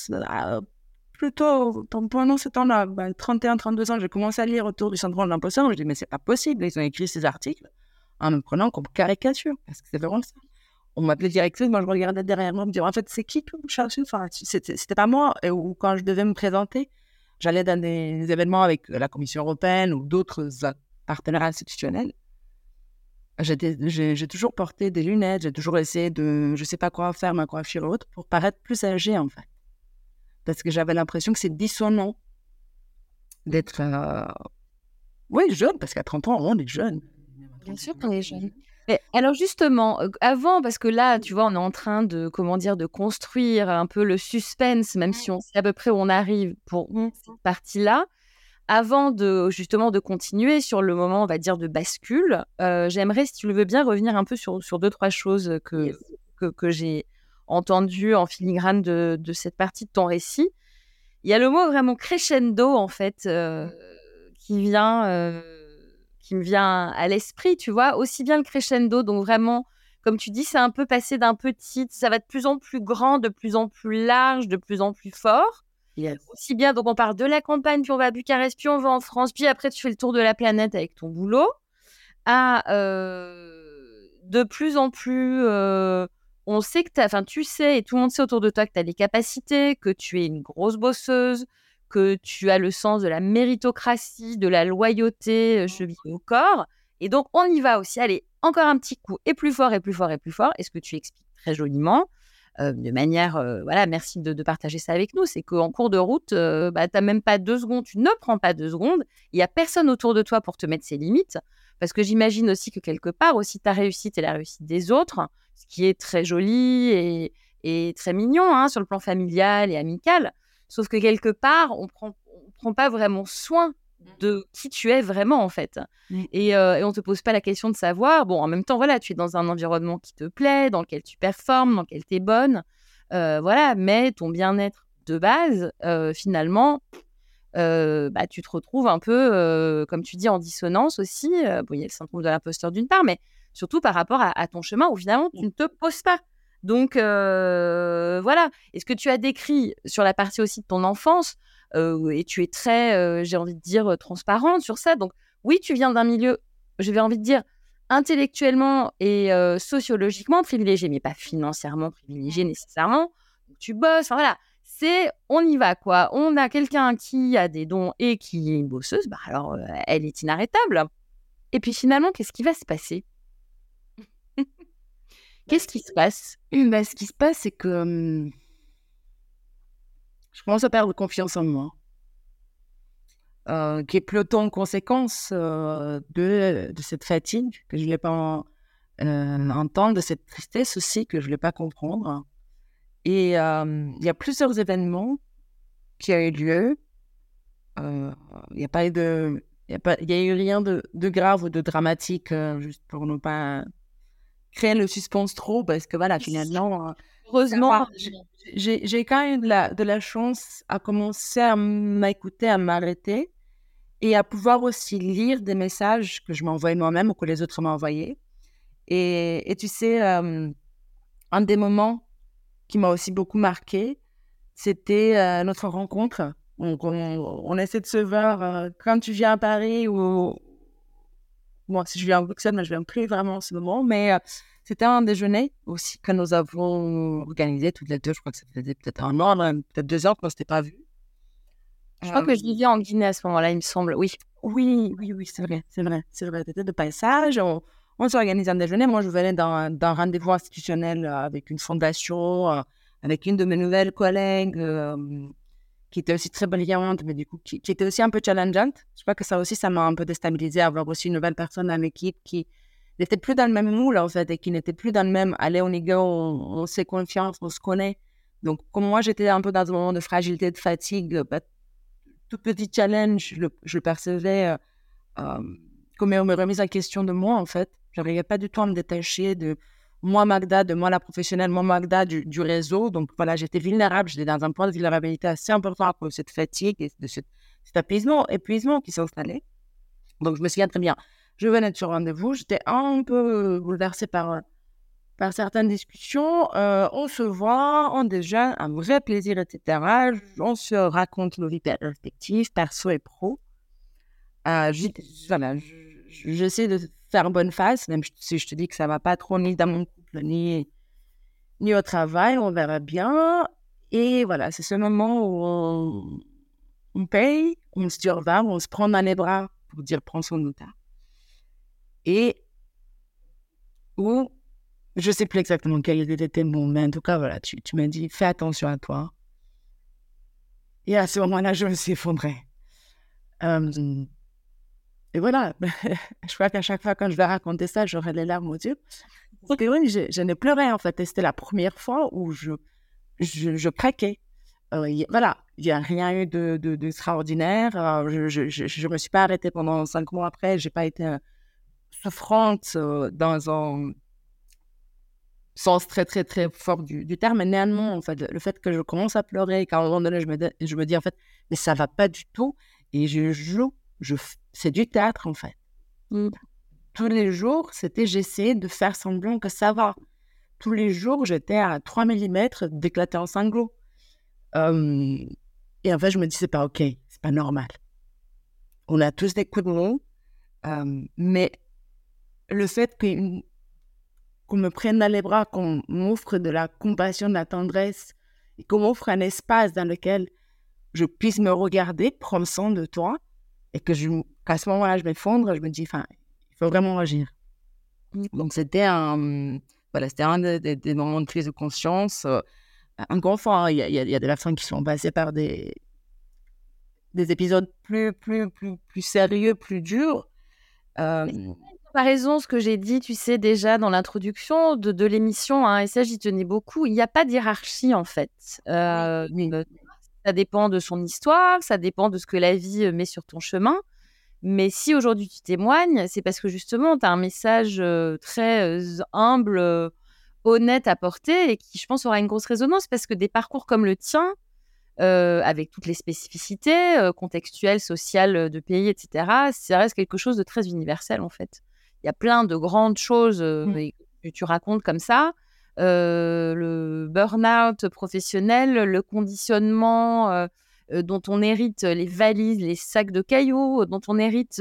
plutôt pendant ce temps-là, 31, 32 ans, j'ai commencé à lire autour du syndrome de l'imposteur. Je me dis, mais c'est pas possible. Ils ont écrit ces articles en me prenant comme caricature. Parce que c'est vraiment ça. On m'appelait directrice, moi je regardais derrière moi, me dire en fait, c'est qui que vous cherchez? Enfin, c'était pas moi. Ou quand je devais me présenter, j'allais dans des événements avec la Commission européenne ou d'autres partenaires institutionnels. J'ai toujours porté des lunettes, j'ai toujours essayé de, je sais pas quoi faire, ma coiffure ou autre, pour paraître plus âgée, en fait. Parce que j'avais l'impression que c'est dissonant d'être, jeune, parce qu'à 30 ans, on est jeune. Bien sûr qu'on est jeune. Mais alors justement, avant, parce que là, tu vois, on est en train de, de construire un peu le suspense, même si on sait à peu près où on arrive pour cette partie-là. Avant justement de continuer sur le moment, on va dire, de bascule, j'aimerais, si tu le veux bien, revenir un peu sur 2-3 choses que j'ai entendues en filigrane de cette partie de ton récit. Il y a le mot vraiment crescendo, en fait, qui me vient à l'esprit, tu vois, aussi bien le crescendo, donc vraiment, comme tu dis, c'est un peu passé d'un petit, ça va de plus en plus grand, de plus en plus large, de plus en plus fort. Yes. Aussi bien, donc on part de la campagne, puis on va à Bucarest, puis on va en France, puis après tu fais le tour de la planète avec ton boulot, à de plus en plus, on sait que tu sais, et tout le monde sait autour de toi que tu as des capacités, que tu es une grosse bosseuse, que tu as le sens de la méritocratie, de la loyauté chevillée au corps. Et donc, on y va aussi. Allez, encore un petit coup, et plus fort, et plus fort, et plus fort. Et ce que tu expliques très joliment, de manière, voilà, merci de partager ça avec nous, c'est qu'en cours de route, tu n'as même pas 2 secondes, tu ne prends pas 2 secondes, il n'y a personne autour de toi pour te mettre ses limites, parce que j'imagine aussi que quelque part, aussi ta réussite et la réussite des autres, ce qui est très joli et très mignon sur le plan familial et amical, sauf que quelque part, on prend pas vraiment soin de qui tu es vraiment, en fait. Et on ne te pose pas la question de savoir, bon, en même temps, voilà, tu es dans un environnement qui te plaît, dans lequel tu performes, dans lequel tu es bonne, voilà, mais ton bien-être de base, finalement, tu te retrouves un peu, comme tu dis, en dissonance aussi. Bon, il y a le syndrome de l'imposteur d'une part, mais surtout par rapport à ton chemin où finalement tu ne te poses pas. Donc voilà. Et ce que tu as décrit sur la partie aussi de ton enfance, et tu es très, j'ai envie de dire, transparente sur ça. Donc oui, tu viens d'un milieu, j'avais envie de dire, intellectuellement et sociologiquement privilégié, mais pas financièrement privilégié nécessairement. Donc, tu bosses, enfin voilà. On y va, quoi. On a quelqu'un qui a des dons et qui est une bosseuse, alors elle est inarrêtable. Et puis finalement, qu'est-ce qui va se passer? Qu'est-ce qui se passe? Ce qui se passe, c'est que je commence à perdre confiance en moi, qui est plutôt en conséquence de cette fatigue que je ne voulais pas entendre, de cette tristesse aussi que je ne voulais pas comprendre. Et il y a plusieurs événements qui ont eu lieu. Il n'y a pas eu il y a eu rien de grave ou de dramatique, juste pour ne pas créer le suspense trop, parce que voilà, finalement, Heureusement. j'ai quand même eu de la chance à commencer à m'écouter, à m'arrêter et à pouvoir aussi lire des messages que je m'envoyais moi-même ou que les autres m'envoyaient. Et tu sais, un des moments qui m'a aussi beaucoup marqué, c'était notre rencontre. On essaie de se voir quand tu viens à Paris ou moi, si je viens à Bruxelles, mais je ne viens plus vraiment en ce moment. Mais c'était un déjeuner aussi que nous avons organisé toutes les deux. Je crois que ça faisait peut-être un an, peut-être 2 ans qu'on ne s'était pas vus. Je crois que je vivais en Guinée à ce moment-là, il me semble. Oui. Oui, c'est vrai. C'était de passage. On s'est organisé un déjeuner. Moi, je venais d'un rendez-vous institutionnel avec une fondation, avec une de mes nouvelles collègues qui était aussi très brillante, mais du coup, qui était aussi un peu challengeante. Je crois que ça aussi, ça m'a un peu déstabilisée, avoir aussi une nouvelle personne dans l'équipe qui n'était plus dans le même moule, en fait, et qui n'était plus dans le même « allez, on y go, on se confiance, on se connaît ». Donc, comme moi, j'étais un peu dans un moment de fragilité, de fatigue, tout petit challenge, je le percevais comme une remise en question de moi, en fait. Je n'arrivais pas du tout à me détacher de moi, Magda, de moi, la professionnelle, moi, Magda, du réseau. Donc, voilà, j'étais vulnérable. J'étais dans un point de vulnérabilité assez important à cause de cette fatigue et de cet épuisement qui s'installait. Donc, je me souviens très bien. Je venais de ce rendez-vous. J'étais un peu bouleversée par certaines discussions. On se voit, on déjeune, un vrai plaisir, etc. On se raconte nos vies respectives, perso et pro. Voilà, j'essaie de faire bonne face, même si je te dis que ça ne va pas trop ni dans mon couple, ni au travail, on verra bien. Et voilà, c'est ce moment où on paye, on se dit au revoir, on se prend dans les bras pour dire prends soin de toi. Et où, je ne sais plus exactement quel était le mot, mais en tout cas, voilà, tu m'as dit fais attention à toi. Et à ce moment-là, je me suis effondrée. Et voilà, je crois qu'à chaque fois quand je vais raconter ça, j'aurai les larmes aux yeux. Parce que oui, je n'ai pleuré en fait. Et c'était la première fois où je craquais. Voilà, il n'y a rien eu d'extraordinaire. Je ne me suis pas arrêtée pendant 5 mois après. Je n'ai pas été souffrante dans un sens très, très, très fort du terme. Mais néanmoins, en fait, le fait que je commence à pleurer, qu'à un moment donné, je me dis en fait, mais ça ne va pas du tout. Et je joue. C'est du théâtre, en fait. Tous les jours, j'essayais de faire semblant que ça va. Tous les jours, j'étais à 3 mm d'éclater en sanglots. Et en fait, je me dis, c'est pas OK, c'est pas normal. On a tous des coups de mou, mais le fait qu'on me prenne dans les bras, qu'on m'offre de la compassion, de la tendresse, et qu'on m'offre un espace dans lequel je puisse me regarder, prendre soin de toi, et qu'à ce moment-là, je m'effondre, je me dis, il faut vraiment agir. Donc, c'était un des moments de prise de conscience. Encore une fois, il y a des personnes qui sont passées par des épisodes plus sérieux, plus durs. T'as raison, ce que j'ai dit, tu sais, déjà dans l'introduction de l'émission, hein, et ça, j'y tenais beaucoup. Il n'y a pas de hiérarchie, en fait. Ça dépend de son histoire, ça dépend de ce que la vie met sur ton chemin. Mais si aujourd'hui tu témoignes, c'est parce que justement, tu as un message très humble, honnête à porter et qui, je pense, aura une grosse résonance parce que des parcours comme le tien, avec toutes les spécificités contextuelles, sociales de pays, etc., ça reste quelque chose de très universel, en fait. Il y a plein de grandes choses que tu racontes comme ça. Le burn-out professionnel, le conditionnement dont on hérite les valises, les sacs de cailloux, dont on hérite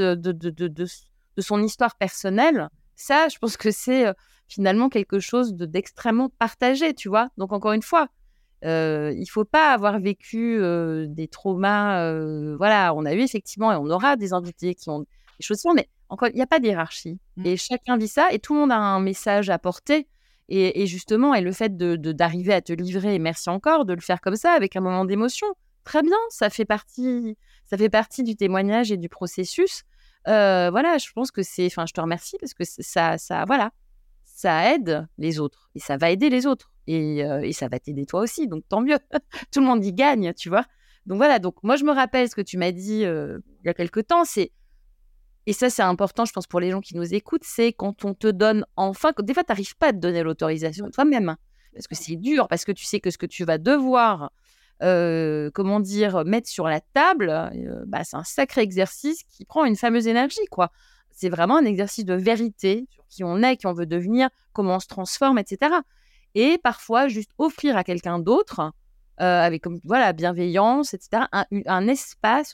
de son histoire personnelle, ça, je pense que c'est finalement quelque chose d'extrêmement partagé, tu vois. Donc, encore une fois, il faut pas avoir vécu des traumas. Voilà, on a eu effectivement et on aura des invités qui ont des choses différentes, mais encore, il n'y a pas de hiérarchie. Et chacun vit ça et tout le monde a un message à porter. Et justement, et le fait d'arriver à te livrer, et merci encore, de le faire comme ça, avec un moment d'émotion, très bien, ça fait partie du témoignage et du processus. Voilà, je pense que enfin, je te remercie parce que voilà, ça aide les autres et ça va aider les autres et ça va t'aider toi aussi, donc tant mieux. Tout le monde y gagne, tu vois. Donc voilà, donc moi je me rappelle ce que tu m'as dit il y a quelque temps, et ça c'est important, je pense pour les gens qui nous écoutent, c'est quand on te donne enfin, des fois tu n'arrives pas à te donner l'autorisation toi-même, parce que c'est dur, parce que tu sais que ce que tu vas devoir comment dire, mettre sur la table, c'est un sacré exercice qui prend une fameuse énergie, quoi. C'est vraiment un exercice de vérité sur qui on est, qui on veut devenir, comment on se transforme, etc. Et parfois, juste offrir à quelqu'un d'autre, avec comme voilà, bienveillance, etc., un espace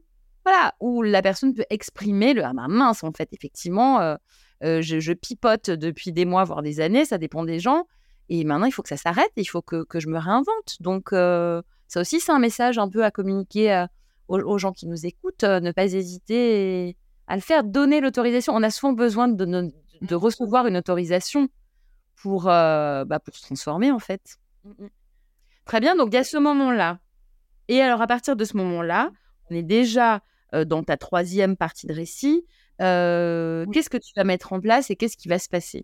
où la personne peut exprimer le « Ah bah mince, en fait, effectivement, je pipote depuis des mois, voire des années, ça dépend des gens, et maintenant, il faut que ça s'arrête et il faut que je me réinvente. » Donc, ça aussi, c'est un message un peu à communiquer aux gens qui nous écoutent, ne pas hésiter à le faire, donner l'autorisation. On a souvent besoin de recevoir une autorisation pour se transformer, en fait. Très bien, donc il y a ce moment-là. Et alors, à partir de ce moment-là, on est déjà dans ta troisième partie de récit. Qu'est-ce que tu vas mettre en place et qu'est-ce qui va se passer?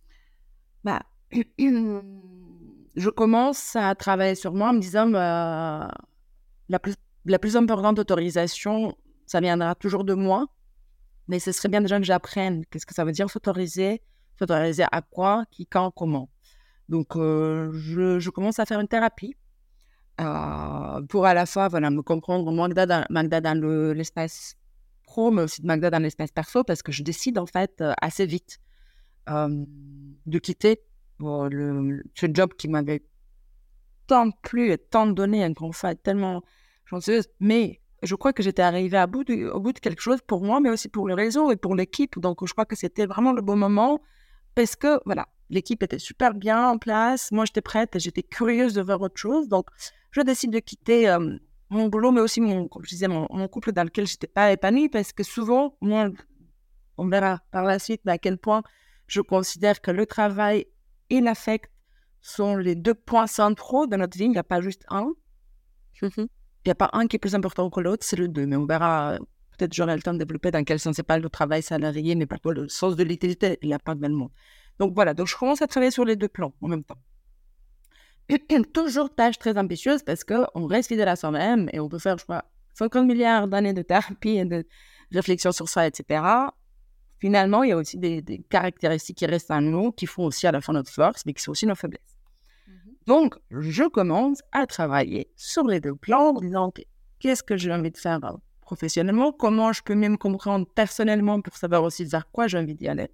Je commence à travailler sur moi en me disant la plus importante autorisation, ça viendra toujours de moi, mais ce serait bien déjà que j'apprenne qu'est-ce que ça veut dire s'autoriser à quoi, qui, quand, comment. Donc, je commence à faire une thérapie pour à la fois me comprendre Magda dans l'espace pro, mais aussi Magda dans l'espace perso, parce que je décide en fait assez vite de quitter ce job qui m'avait tant plu et tant donné un confort tellement chanceuse, mais je crois que j'étais arrivée au bout de quelque chose pour moi, mais aussi pour le réseau et pour l'équipe. Donc, je crois que c'était vraiment le bon moment parce que, voilà, l'équipe était super bien en place. Moi, j'étais prête et j'étais curieuse de voir autre chose. Donc, je décide de quitter mon boulot, mais aussi, comme je disais, mon couple dans lequel je n'étais pas épanouie parce que souvent, moi, on verra par la suite à quel point je considère que le travail et l'affect sont les deux points centraux de notre vie. Il n'y a pas juste un. Il n'y a pas un qui est plus important que l'autre, c'est le deux. Mais on verra, peut-être j'aurai le temps de développer dans quel sens c'est pas le travail salarié, mais plutôt le sens de l'utilité. Il n'y a pas de mot. Donc voilà, donc je commence à travailler sur les deux plans en même temps. Toujours tâche très ambitieuse parce qu'on reste fidèle à soi-même et on peut faire, je crois, 50 milliards d'années de thérapie et de réflexion sur soi, etc. Finalement, il y a aussi des caractéristiques qui restent en nous, qui font aussi à la fin notre force, mais qui sont aussi nos faiblesses. Donc, je commence à travailler sur les deux plans en disant qu'est-ce que j'ai envie de faire professionnellement, comment je peux même comprendre personnellement pour savoir aussi vers quoi j'ai envie d'y aller.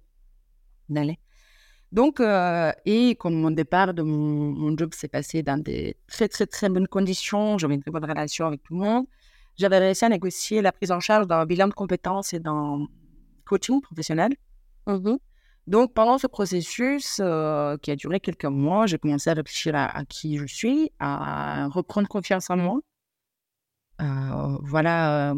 Donc, et comme mon départ de mon job s'est passé dans des très, très, très bonnes conditions, j'avais une très bonne relation avec tout le monde, j'avais réussi à négocier la prise en charge d'un bilan de compétences et d'un coaching professionnel. Donc, pendant ce processus qui a duré quelques mois, j'ai commencé à réfléchir à qui je suis, à reprendre confiance en moi. Voilà.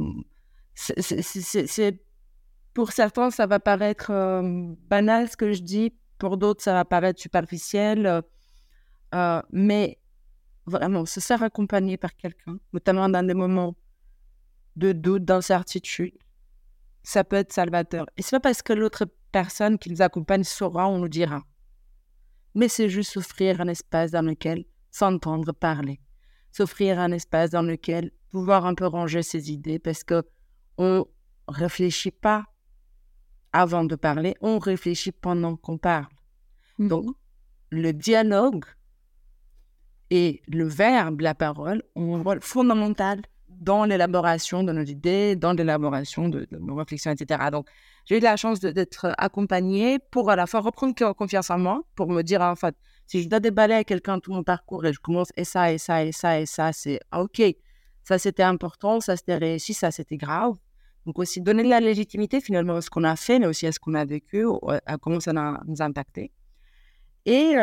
Pour certains, ça va paraître banal ce que je dis. Pour d'autres, ça va paraître superficiel. Mais vraiment, se faire accompagner par quelqu'un, notamment dans des moments de doute, d'incertitude, ça peut être salvateur. Et c'est pas parce que l'autre personne qui nous accompagne saura, on nous dira. Mais c'est juste s'offrir un espace dans lequel s'entendre parler. S'offrir un espace dans lequel pouvoir un peu ranger ses idées parce qu'on ne réfléchit pas avant de parler, on réfléchit pendant qu'on parle. Donc, le dialogue et le verbe, la parole, ont un rôle fondamental dans l'élaboration de nos idées, dans l'élaboration de nos réflexions, etc. Donc, j'ai eu la chance d'être accompagnée pour à la fois reprendre confiance en moi, pour me dire, en fait, si je dois déballer à quelqu'un tout mon parcours et je commence et ça, et ça, et ça, et ça, c'est OK. Ça, c'était important, ça, c'était réussi, ça, c'était grave. Donc, aussi donner de la légitimité, finalement, à ce qu'on a fait, mais aussi à ce qu'on a vécu, à comment ça nous a impacté. Et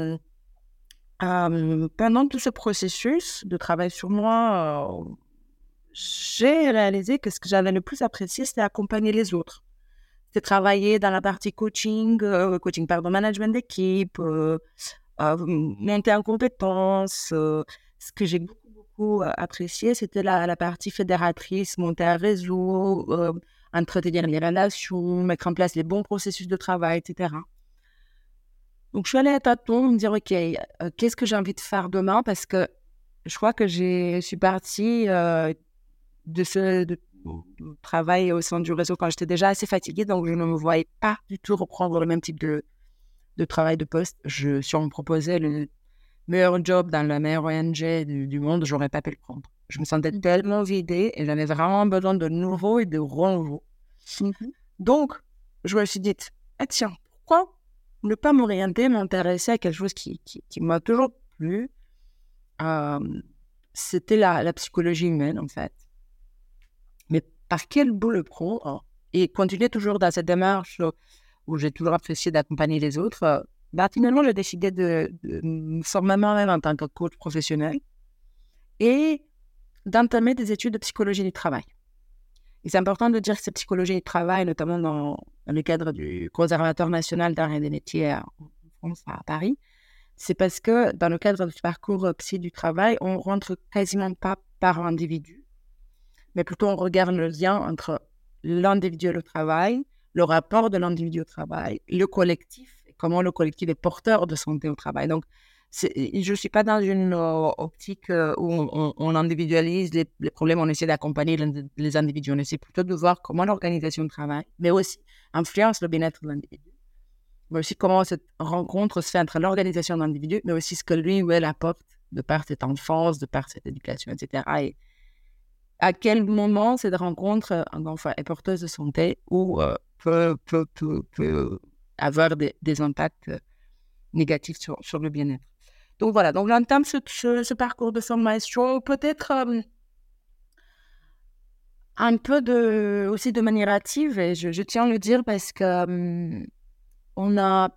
pendant tout ce processus de travail sur moi, j'ai réalisé que ce que j'avais le plus apprécié, c'était accompagner les autres. C'était travailler dans la partie management d'équipe, monter en compétences. Ce que j'ai beaucoup apprécié, c'était la partie fédératrice, monter un réseau, entretenir les relations, mettre en place les bons processus de travail, etc. Donc, je suis allée à tâtons, me dire, OK, qu'est-ce que j'ai envie de faire demain? Parce que je crois que je suis partie de ce travail au sein du réseau quand j'étais déjà assez fatiguée, donc je ne me voyais pas du tout reprendre le même type de travail de poste. Si on me proposait le meilleur job dans la meilleure ONG du monde, j'aurais pas pu le prendre. Je me sentais tellement vidée et j'avais vraiment besoin de nouveau et de renouveau. Donc, je me suis dit, tiens, pourquoi ne pas m'intéresser à quelque chose qui m'a toujours plu. C'était la psychologie humaine, en fait. Mais par quel bout le prendre et continuer toujours dans cette démarche où j'ai toujours apprécié d'accompagner les autres, finalement, j'ai décidé de me former moi-même en tant que coach professionnel et d'entamer des études de psychologie du travail. Et c'est important de dire que cette psychologie du travail, notamment dans le cadre du Conservatoire national d'art et des métiers en France, à Paris, c'est parce que dans le cadre du parcours psy du travail, on rentre quasiment pas par individu, mais plutôt on regarde le lien entre l'individu et le travail, le rapport de l'individu au travail, le collectif, et comment le collectif est porteur de santé au travail. Donc, je ne suis pas dans une optique où on individualise les problèmes, on essaie d'accompagner les individus, on essaie plutôt de voir comment l'organisation de travail, mais aussi influence le bien-être de l'individu, mais aussi comment cette rencontre se fait entre l'organisation de l'individu, mais aussi ce que lui ou elle apporte de par cette enfance, de par cette éducation, etc. Et à quel moment cette rencontre, enfin, est porteuse de santé ou peut avoir des impacts négatifs sur le bien-être. Donc voilà, donc j'entame ce parcours de formation, peut-être un peu aussi de manière hâtive, et je tiens à le dire parce que on a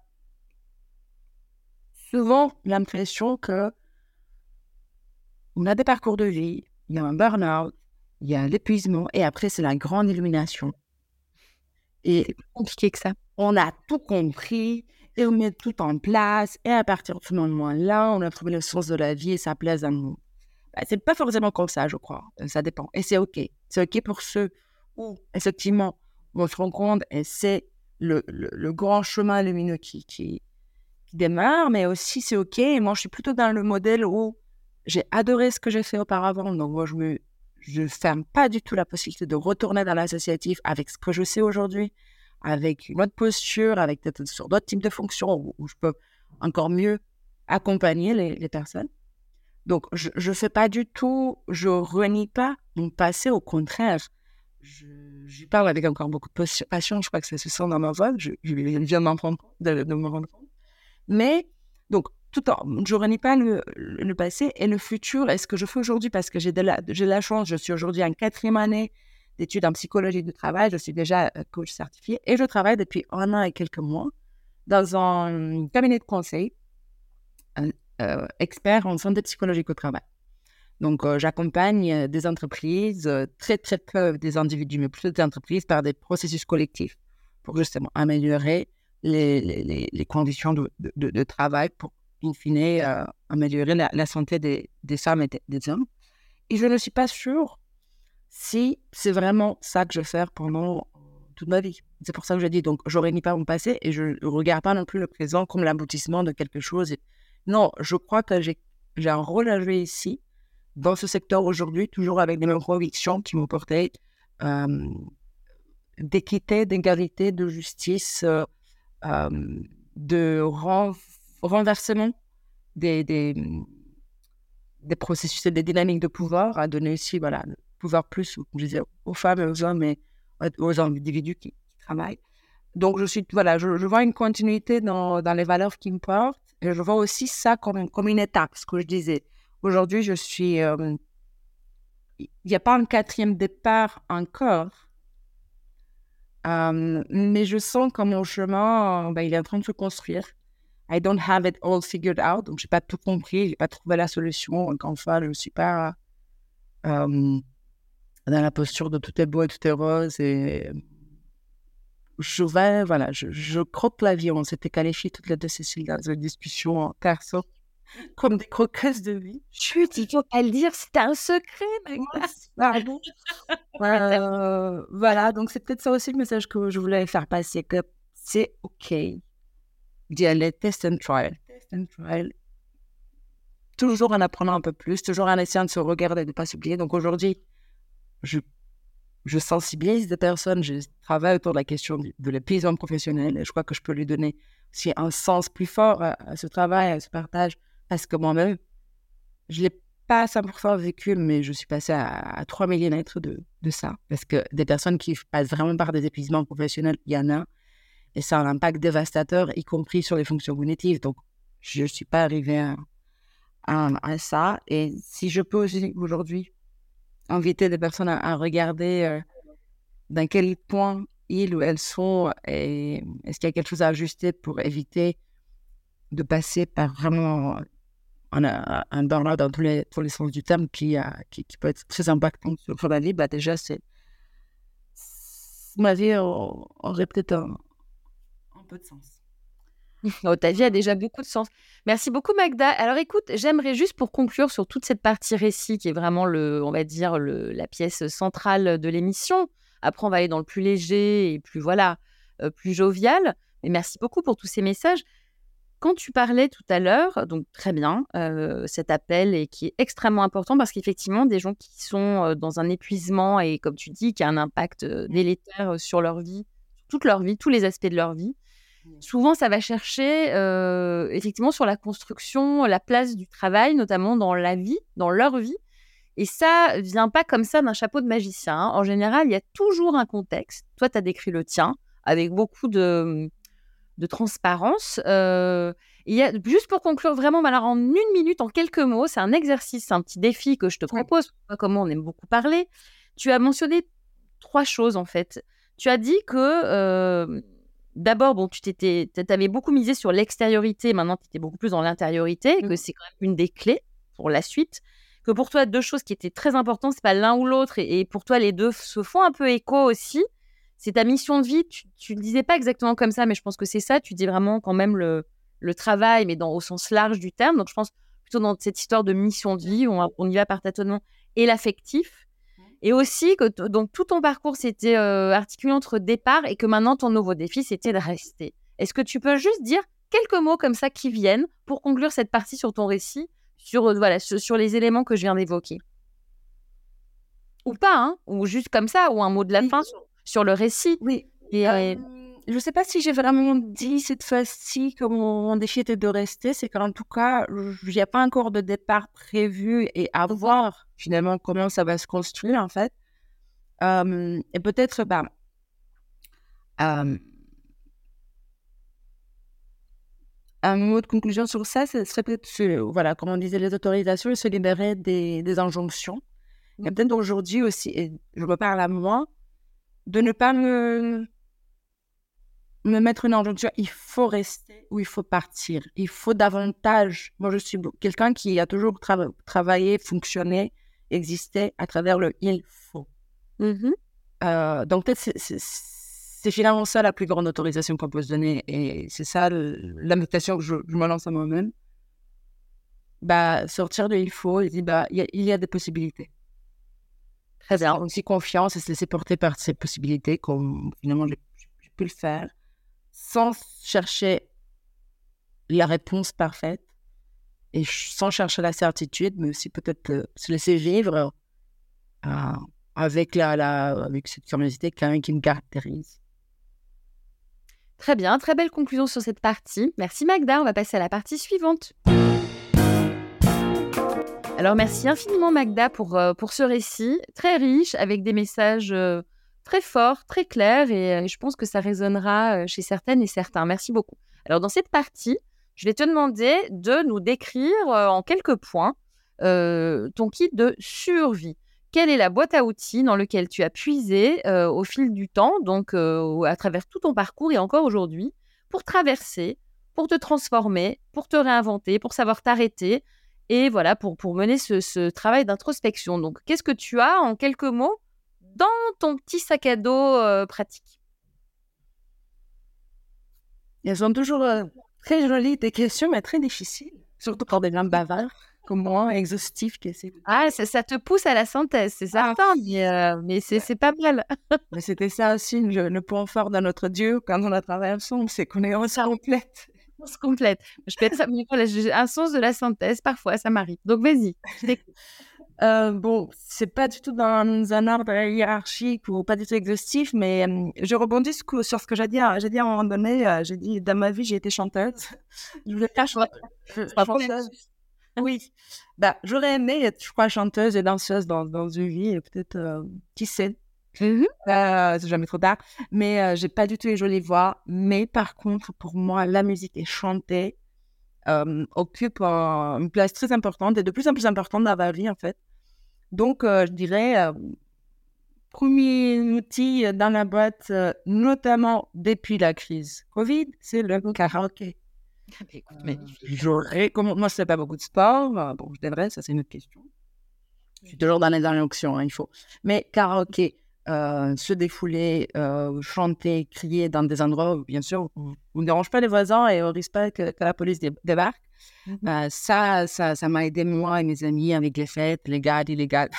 souvent l'impression que on a des parcours de vie, il y a un burn-out, il y a l'épuisement, et après c'est la grande illumination. Et c'est plus compliqué que ça. On a tout compris, et on met tout en place, et à partir de ce moment-là, on a trouvé le sens de la vie et sa place dans nous. C'est pas forcément comme ça, je crois. Ça dépend. Et c'est OK. C'est OK pour ceux où, effectivement, on se rend compte, et c'est le grand chemin lumineux qui démarre, mais aussi c'est OK. Et moi, je suis plutôt dans le modèle où j'ai adoré ce que j'ai fait auparavant. Donc, moi, je ferme pas du tout la possibilité de retourner dans l'associatif avec ce que je sais aujourd'hui, avec une autre posture, avec peut-être sur d'autres types de fonctions où je peux encore mieux accompagner les personnes. Donc, je fais pas du tout, je renie pas mon passé, au contraire. J'y parle avec encore beaucoup de passion, je crois que ça se sent dans ma voix, je viens de me rendre compte. Mais, donc, je renie pas le passé et le futur, et ce que je fais aujourd'hui, parce que j'ai la chance, je suis aujourd'hui en 4e année d'études en psychologie du travail, je suis déjà coach certifié, et je travaille depuis 1 an et quelques mois dans un cabinet de conseil expert en santé psychologique au travail. Donc, j'accompagne des entreprises, très, très peu des individus, mais plutôt des entreprises, par des processus collectifs pour justement améliorer les conditions de travail pour, in fine, améliorer la santé des femmes et des hommes. Et je ne suis pas sûre si c'est vraiment ça que je vais faire pendant toute ma vie. C'est pour ça que je dis, donc, je ne renie pas mon passé et je ne regarde pas non plus le présent comme l'aboutissement de quelque chose. Non, je crois que j'ai un rôle à jouer ici, dans ce secteur aujourd'hui, toujours avec des mêmes convictions qui m'ont porté d'équité, d'égalité, de justice, de renversement des processus et des dynamiques de pouvoir, à donner aussi le pouvoir plus, comme je disais, aux femmes et aux hommes et aux individus qui travaillent. Donc, je vois une continuité dans les valeurs qui me portent et je vois aussi ça comme une étape, ce que je disais. Aujourd'hui, il n'y a pas un 4e départ encore, mais je sens que mon chemin, il est en train de se construire. I don't have it all figured out, donc je n'ai pas tout compris, je n'ai pas trouvé la solution. Donc, enfin, je ne suis pas dans la posture de tout est beau et tout est rose. Et je croque la vie. On s'était qualifiés toutes les deux, Cécile, dans une discussion en perso, comme des croqueuses de vie. Chut, il faut pas le dire, c'était un secret, Magda. Pardon. Voilà, donc c'est peut-être ça aussi le message que je voulais faire passer, que c'est OK d'y aller, test and trial. Toujours en apprenant un peu plus, toujours en essayant de se regarder et de ne pas s'oublier. Donc aujourd'hui, je sensibilise des personnes, je travaille autour de la question de l'épuisement professionnel et je crois que je peux lui donner aussi un sens plus fort à ce travail, à ce partage, parce que moi-même, je ne l'ai pas à 100% vécu, mais je suis passée à 3 millimètres de ça, parce que des personnes qui passent vraiment par des épuisements professionnels, il y en a, et ça a un impact dévastateur, y compris sur les fonctions cognitives. Donc, je ne suis pas arrivée à ça. Et si je peux aussi aujourd'hui inviter des personnes à regarder dans quel point ils ou elles sont et est-ce qu'il y a quelque chose à ajuster pour éviter de passer par vraiment un burn-out dans tous les sens du terme qui peut être très impactant sur la vie, déjà, ma vie aurait peut-être un peu de sens. Oh, ta vie a déjà beaucoup de sens. Merci beaucoup, Magda. Alors écoute, j'aimerais juste pour conclure sur toute cette partie récit qui est vraiment on va dire la pièce centrale de l'émission. Après, on va aller dans le plus léger et plus plus jovial. Mais merci beaucoup pour tous ces messages. Quand tu parlais tout à l'heure, donc très bien, cet appel et qui est extrêmement important parce qu'effectivement, des gens qui sont dans un épuisement et comme tu dis, qui a un impact délétère sur leur vie, toute leur vie, tous les aspects de leur vie, souvent, ça va chercher effectivement sur la construction, la place du travail, notamment dans la vie, dans leur vie. Et ça ne vient pas comme ça d'un chapeau de magicien. Hein. En général, il y a toujours un contexte. Toi, tu as décrit le tien avec beaucoup de transparence. Juste pour conclure vraiment, alors en 1 minute, en quelques mots, c'est un exercice, c'est un petit défi que je te propose. Comme on aime beaucoup parler. Tu as mentionné 3 choses en fait. Tu as dit que... D'abord, tu avais beaucoup misé sur l'extériorité, maintenant tu étais beaucoup plus dans l'intériorité, que c'est quand même une des clés pour la suite. Que pour toi, 2 choses qui étaient très importantes, c'est pas l'un ou l'autre, et pour toi, les 2 se font un peu écho aussi. C'est ta mission de vie, tu le disais pas exactement comme ça, mais je pense que c'est ça, tu dis vraiment quand même le travail, mais au sens large du terme. Donc je pense plutôt dans cette histoire de mission de vie, on y va par tâtonnement, et l'affectif. Et aussi que donc tout ton parcours s'était articulé entre départ et que maintenant ton nouveau défi c'était de rester. Est-ce que tu peux juste dire quelques mots comme ça qui viennent pour conclure cette partie sur ton récit, sur les éléments que je viens d'évoquer? Ou pas, hein, ou juste comme ça, ou un mot de la fin sur le récit. Oui. Je ne sais pas si j'ai vraiment dit cette fois-ci que mon défi était de rester. C'est qu'en tout cas, il n'y a pas encore de départ prévu et à voir finalement comment ça va se construire en fait. Et peut-être, un mot de conclusion sur ça, ce serait peut-être, comme on disait, les autorisations et se libérer des injonctions. Et peut-être aujourd'hui aussi, et je me parle à moi, de ne pas me mettre une injonction, il faut rester ou il faut partir. Il faut davantage. Moi, je suis quelqu'un qui a toujours travaillé, fonctionné, existé à travers le il faut. Donc, peut-être c'est finalement ça la plus grande autorisation qu'on peut se donner. Et c'est ça l'invitation que je me lance à moi-même. Sortir de il faut et dire il y a des possibilités. Très bien. Aussi confiance et se laisser porter par ces possibilités, comme finalement j'ai pu le faire, sans chercher la réponse parfaite et sans chercher la certitude, mais aussi peut-être se laisser vivre avec cette curiosité quand même qui me caractérise. Très bien, très belle conclusion sur cette partie. Merci Magda, on va passer à la partie suivante. Alors merci infiniment Magda pour ce récit très riche, avec des messages très forts, très clairs, et je pense que ça résonnera chez certaines et certains. Merci beaucoup. Alors dans cette partie, je vais te demander de nous décrire en quelques points ton kit de survie. Quelle est la boîte à outils dans laquelle tu as puisé au fil du temps, donc à travers tout ton parcours et encore aujourd'hui, pour traverser, pour te transformer, pour te réinventer, pour savoir t'arrêter et voilà, pour mener ce travail d'introspection. Donc, qu'est-ce que tu as en quelques mots dans ton petit sac à dos pratique? Elles sont toujours très jolies, tes questions, mais très difficiles. Surtout pour des gens bavards comme moi, exhaustifs, qui essaient de... Ah, ça te pousse à la synthèse, c'est certain, mais c'est pas mal. Mais c'était ça aussi, le point fort de notre duo quand on a travaillé ensemble, c'est qu'on est ensemble complète. On se complète. Je peux être voilà, j'ai un sens de la synthèse, parfois, ça m'arrive. Donc, vas-y, je t'écoute. Bon, c'est pas du tout dans un ordre hiérarchique ou pas du tout exhaustif, mais je rebondis sur ce que j'ai dit à un moment donné. J'ai dit, dans ma vie, j'ai été chanteuse. Je voulais faire chanteuse. Oui, bah, j'aurais aimé être, je crois, chanteuse et danseuse dans une vie, et peut-être, qui sait, c'est jamais trop tard, mais j'ai pas du tout les jolies voix. Mais par contre, pour moi, la musique et chanter occupe une place très importante et de plus en plus importante dans ma vie, en fait. Donc, je dirais, premier outil dans la boîte, notamment depuis la crise Covid, c'est le karaoké. Écoute, magnifique. Moi, je ne fais pas beaucoup de sport. Bon, je devrais, ça, c'est une autre question. Je suis toujours dans les injonctions, hein, il faut. Mais karaoké, se défouler, chanter, crier dans des endroits où, bien sûr, où on ne dérange pas les voisins et on risque pas que la police débarque. Ça m'a aidé, moi et mes amis, avec les fêtes, légales, illégales,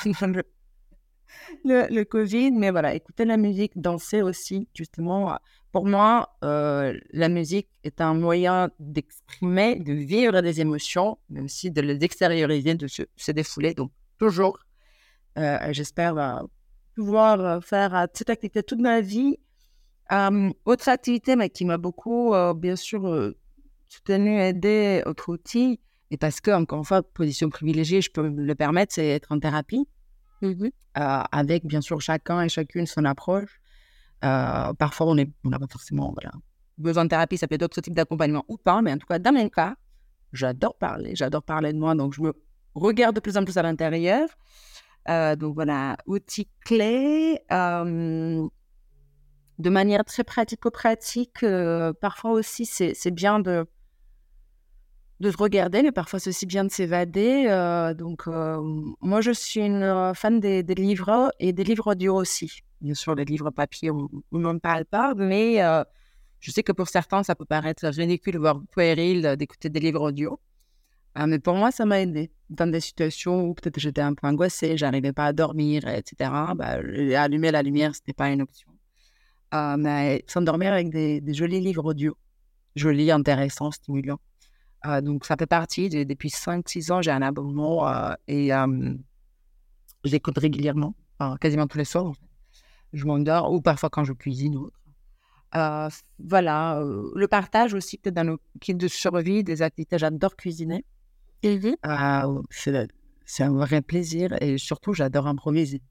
le Covid. Mais voilà, écouter la musique, danser aussi, justement. Pour moi, la musique est un moyen d'exprimer, de vivre des émotions, mais aussi de les extérioriser, de se défouler. Donc, toujours, j'espère pouvoir faire cette activité toute ma vie. Autre activité, mais qui m'a beaucoup, bien sûr, soutenue, aidée, autre outil, et parce que, encore une fois, position privilégiée, je peux me le permettre, c'est être en thérapie, avec, bien sûr, chacun et chacune son approche. Parfois, on n'a pas forcément besoin de thérapie, ça peut être d'autres types d'accompagnement ou pas, mais en tout cas, dans mon cas, j'adore parler de moi, donc je me regarde de plus en plus à l'intérieur. Donc voilà, outil clé, de manière très pratico-pratique. Parfois aussi, c'est bien de se regarder, mais parfois c'est aussi bien de s'évader. Donc, moi, je suis une fan des livres et des livres audio aussi. Bien sûr, les livres papier, on n'en parle pas, mais je sais que pour certains, ça peut paraître ridicule, voire puéril d'écouter des livres audio. Mais pour moi, ça m'a aidé dans des situations où peut-être j'étais un peu angoissée, j'arrivais pas à dormir, etc. Allumer la lumière, c'était pas une option. Mais s'endormir avec des jolis livres audio, jolis, intéressants, stimulants. Donc, ça fait partie, depuis 5-6 ans, j'ai un abonnement et j'écoute régulièrement, quasiment tous les soirs. En fait. Je m'endors, ou parfois quand je cuisine ou autre. Voilà, le partage aussi, peut-être dans nos kits de survie, des activités, j'adore cuisiner. C'est un vrai plaisir et surtout, j'adore improviser.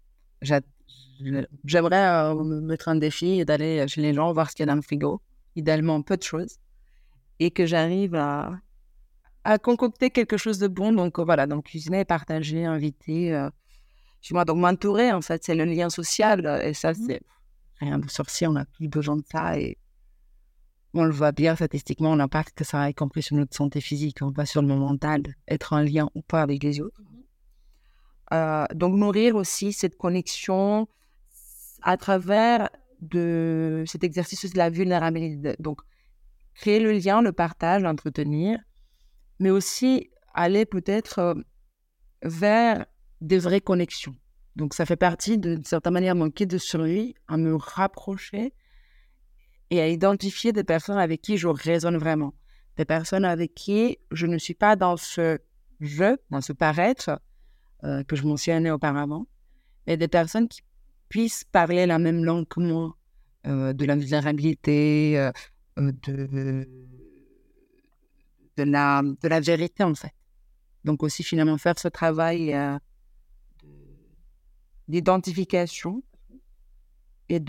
J'aimerais me mettre un défi et d'aller chez les gens, voir ce qu'il y a dans le frigo, idéalement peu de choses, et que j'arrive à concocter quelque chose de bon. Donc voilà, donc cuisiner, partager, inviter, chez moi, donc m'entourer, en fait, c'est le lien social, et ça, c'est rien de sorcier, on a plus besoin de ça, et on le voit bien statistiquement, l'impact que ça a, y compris sur notre santé physique, on va sur le mental, être en lien ou pas avec les autres. Donc nourrir aussi cette connexion à travers de cet exercice de la vulnérabilité. Donc créer le lien, le partage, l'entretenir, mais aussi aller peut-être vers des vraies connexions. Donc ça fait partie d'une certaine manière de mon kit de survie, à me rapprocher et à identifier des personnes avec qui je résonne vraiment. Des personnes avec qui je ne suis pas dans ce jeu, dans ce paraître que je mentionnais auparavant, mais des personnes qui puissent parler la même langue que moi, de la vulnérabilité, de la vérité, en fait. Donc aussi, finalement, faire ce travail d'identification et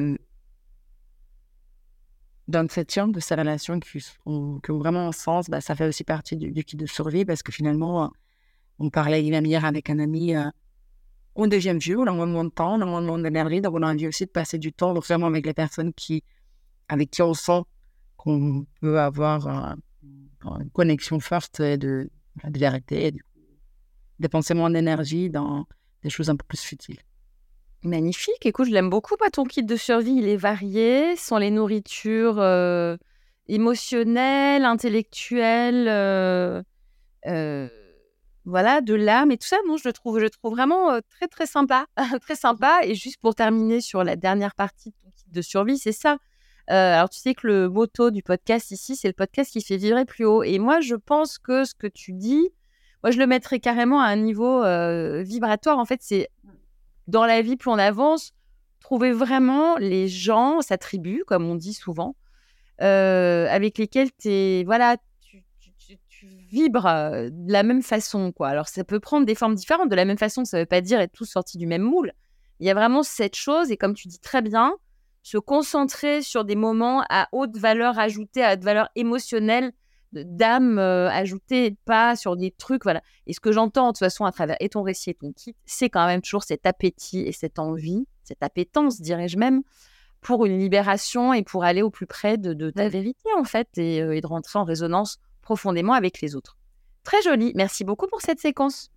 d'entretien de ces relations qui ont vraiment un sens, ça fait aussi partie du kit de survie parce que finalement, on parlait même hier avec un ami, on devient vieux, on a moins de temps, on a moins d'énergie, donc on a envie aussi de passer du temps vraiment avec les personnes avec qui on sent qu'on peut avoir une connexion forte de vérité et de dépenser moins d'énergie dans des choses un peu plus futiles. Magnifique. Écoute, je l'aime beaucoup, ton kit de survie. Il est varié, sans les nourritures émotionnelles, intellectuelles, voilà, de l'âme et tout ça. Non, je le trouve vraiment très, très sympa. Très sympa. Et juste pour terminer sur la dernière partie de ton kit de survie, c'est ça. Alors, tu sais que le motto du podcast ici, c'est le podcast qui fait vibrer plus haut. Et moi, je pense que ce que tu dis, moi, je le mettrais carrément à un niveau vibratoire. En fait, c'est dans la vie, plus on avance, trouver vraiment les gens, sa tribu, comme on dit souvent, avec lesquels tu vibres de la même façon, quoi. Alors, ça peut prendre des formes différentes. De la même façon, ça ne veut pas dire être tous sortis du même moule. Il y a vraiment cette chose, et comme tu dis très bien, se concentrer sur des moments à haute valeur ajoutée, à haute valeur émotionnelle, d'âme ajoutée, pas sur des trucs, voilà. Et ce que j'entends, de toute façon, à travers et ton récit et ton kit, c'est quand même toujours cet appétit et cette envie, cette appétence, dirais-je même, pour une libération et pour aller au plus près de ta vérité, en fait, et de rentrer en résonance profondément avec les autres. Très joli. Merci beaucoup pour cette séquence.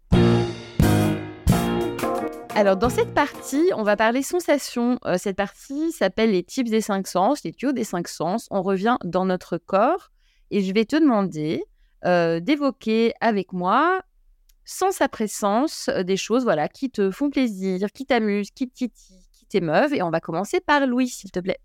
Alors, dans cette partie, on va parler sensation. Cette partie s'appelle les tips des 5 sens, les tuyaux des 5 sens. On revient dans notre corps et je vais te demander d'évoquer avec moi, sens après sens, des choses qui te font plaisir, qui t'amusent, qui te titillent, qui t'émeuvent. Et on va commencer par Louis, s'il te plaît.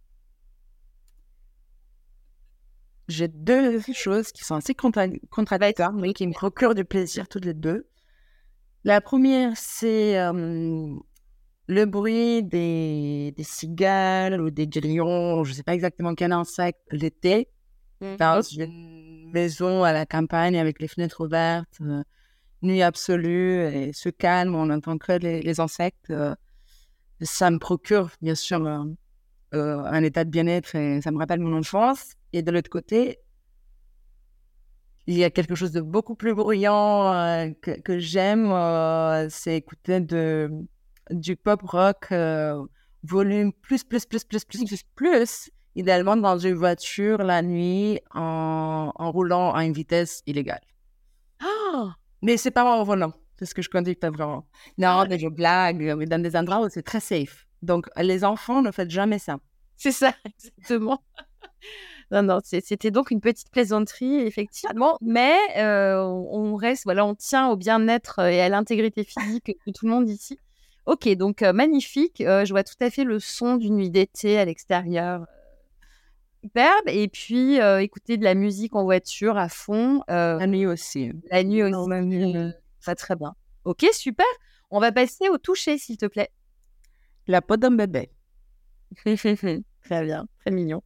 J'ai deux choses qui sont assez contradictoires, mais qui me procurent du plaisir toutes les deux. La première, c'est le bruit des cigales ou des grillons, je ne sais pas exactement quel insecte l'été, dans une maison à la campagne avec les fenêtres ouvertes, nuit absolue, et ce calme, on n'entend que les insectes. Ça me procure, bien sûr, un état de bien-être et ça me rappelle mon enfance. Et de l'autre côté, il y a quelque chose de beaucoup plus bruyant que j'aime, c'est écouter du pop rock volume plus, idéalement dans une voiture la nuit en roulant à une vitesse illégale. Oh Mais c'est pas en volant, c'est ce que je conduis pas vraiment. Non, je blague, mais dans des endroits où c'est très safe. Donc, les enfants ne faites jamais ça. C'est ça, exactement. Non, c'était donc une petite plaisanterie, effectivement. Mais on reste, on tient au bien-être et à l'intégrité physique de tout le monde ici. Ok, donc magnifique. Je vois tout à fait le son d'une nuit d'été à l'extérieur. Superbe. Et puis, écouter de la musique en voiture à fond. La nuit aussi. La nuit aussi. La nuit. Ça, très bien. Ok, super. On va passer au toucher, s'il te plaît. La peau d'un bébé. Très bien, très mignon.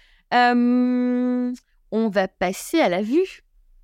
On va passer à la vue.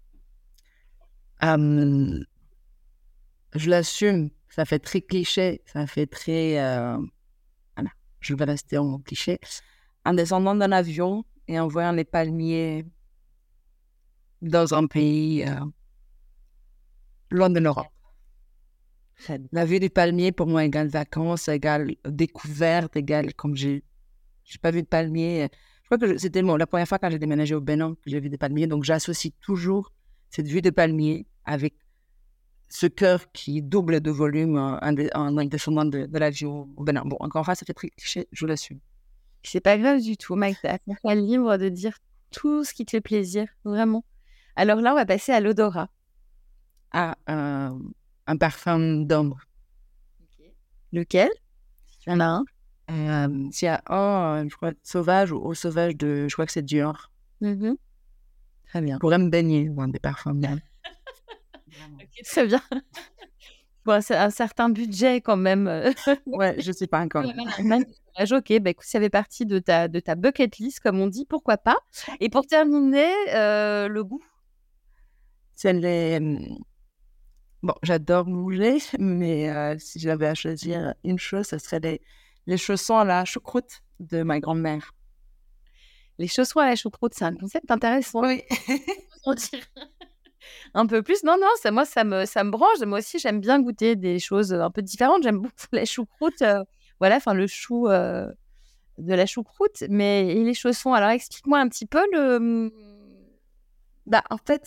Je l'assume, ça fait très cliché, ça fait très... voilà, je vais rester en cliché. En descendant d'un avion et en voyant les palmiers dans un pays loin de l'Europe. La vue du palmier, pour moi, égale vacances, égale découverte, égale comme j'ai pas vu de palmier. Je crois que c'était la première fois quand j'ai déménagé au Bénin que j'ai vu des palmiers. Donc, j'associe toujours cette vue de palmier avec ce cœur qui double de volume en descendant de l'avion au Bénin. Bon, encore une fois, ça fait très cliché, je l'assume. C'est pas grave du tout, Mike. T'as pas libre de dire tout ce qui te fait plaisir, vraiment. Alors là, on va passer à l'odorat. Ah, un parfum d'ombre. Okay. Lequel? Il y en a un. S'il y a un, je crois, sauvage ou eau sauvage de, je crois que c'est Dior. Mm-hmm. Très bien. Pour me baigner dans des parfums bien. Okay, très bien. Bon, c'est un certain budget quand même. Ouais, je sais pas encore. Ok, bah écoute, ça fait partie de ta bucket list, comme on dit, pourquoi pas. Et pour terminer, le goût. C'est les... Bon, j'adore bouger, mais si j'avais à choisir une chose, ce serait les chaussons à la choucroute de ma grand-mère. Les chaussons à la choucroute, c'est un concept intéressant. Oui. On dirait un peu plus. Non, moi, ça me branche. Moi aussi, j'aime bien goûter des choses un peu différentes. J'aime beaucoup la choucroute. Voilà, enfin, le chou de la choucroute. Mais et les chaussons, alors explique-moi un petit peu le... Bah, en fait,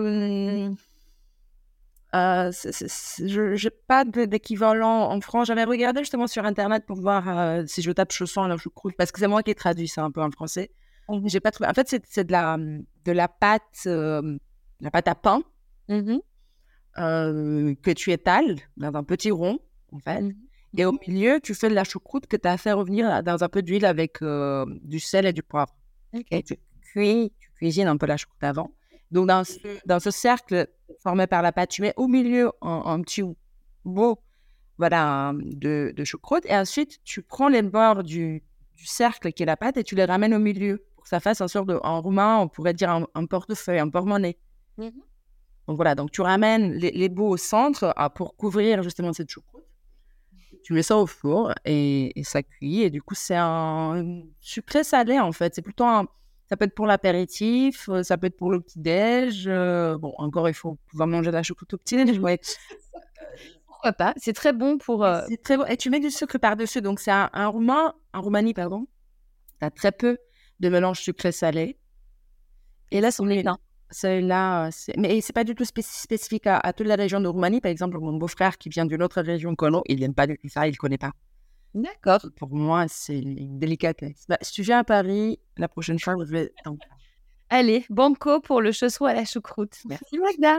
je n'ai pas d'équivalent en France. J'avais regardé justement sur Internet pour voir si je tape chaussons à la choucroute, parce que c'est moi qui ai traduit ça un peu en français. J'ai pas trouvé. En fait, c'est de la pâte à pain que tu étales dans un petit rond, en fait. Et au milieu, tu fais de la choucroute que tu as fait revenir dans un peu d'huile avec du sel et du poivre. Et tu cuisines un peu la choucroute avant. Donc, dans ce cercle formé par la pâte, tu mets au milieu un petit bout voilà, de choucroute. Et ensuite, tu prends les bords du cercle qui est la pâte et tu les ramènes au milieu pour que ça fasse en roumain, on pourrait dire un portefeuille, un porte-monnaie. Donc, voilà. Donc, tu ramènes les bouts au centre pour couvrir justement cette choucroute. Tu mets ça au four et ça cuit. Et du coup, c'est un sucré salé en fait. C'est plutôt ça peut être pour l'apéritif, ça peut être pour le petit-déj. Bon, encore, il faut pouvoir manger de la choucroute au petit-déj. Ouais. Pourquoi pas? C'est très bon pour... C'est très bon. Et tu mets du sucre par-dessus. Donc, c'est en Roumanie, pardon. Tu as très peu de mélange sucré-salé. Et là, c'en est un. Celui-là, mais c'est pas du tout spécifique à toute la région de Roumanie. Par exemple, mon beau-frère qui vient d'une autre région que nous, il n'aime pas du tout ça, il ne connaît pas. D'accord. Pour moi, c'est une délicatesse. Bah, si tu viens à Paris, la prochaine fois, je vais... Allez, banco pour le chausson à la choucroute. Merci Magda.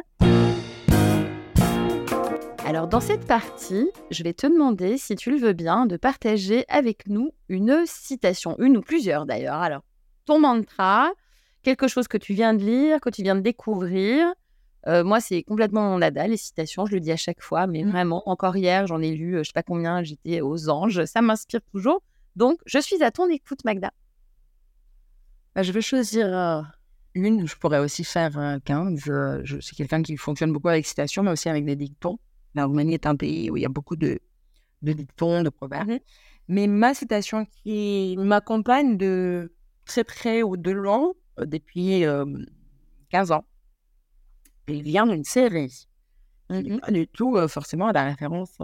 Alors, dans cette partie, je vais te demander, si tu le veux bien, de partager avec nous une citation, une ou plusieurs d'ailleurs. Alors, ton mantra, quelque chose que tu viens de lire, que tu viens de découvrir. Moi, c'est complètement mon dada, les citations, je le dis à chaque fois, mais vraiment, encore hier, j'en ai lu, je ne sais pas combien, j'étais aux anges, ça m'inspire toujours. Donc, je suis à ton écoute, Magda. Bah, je vais choisir une, je pourrais aussi faire 15. Je suis quelqu'un qui fonctionne beaucoup avec citations, mais aussi avec des dictons. La Roumanie est un pays où il y a beaucoup de dictons, de proverbes. Mais ma citation qui m'accompagne de très près ou de loin depuis 15 ans, elle vient d'une série. Pas du tout forcément la référence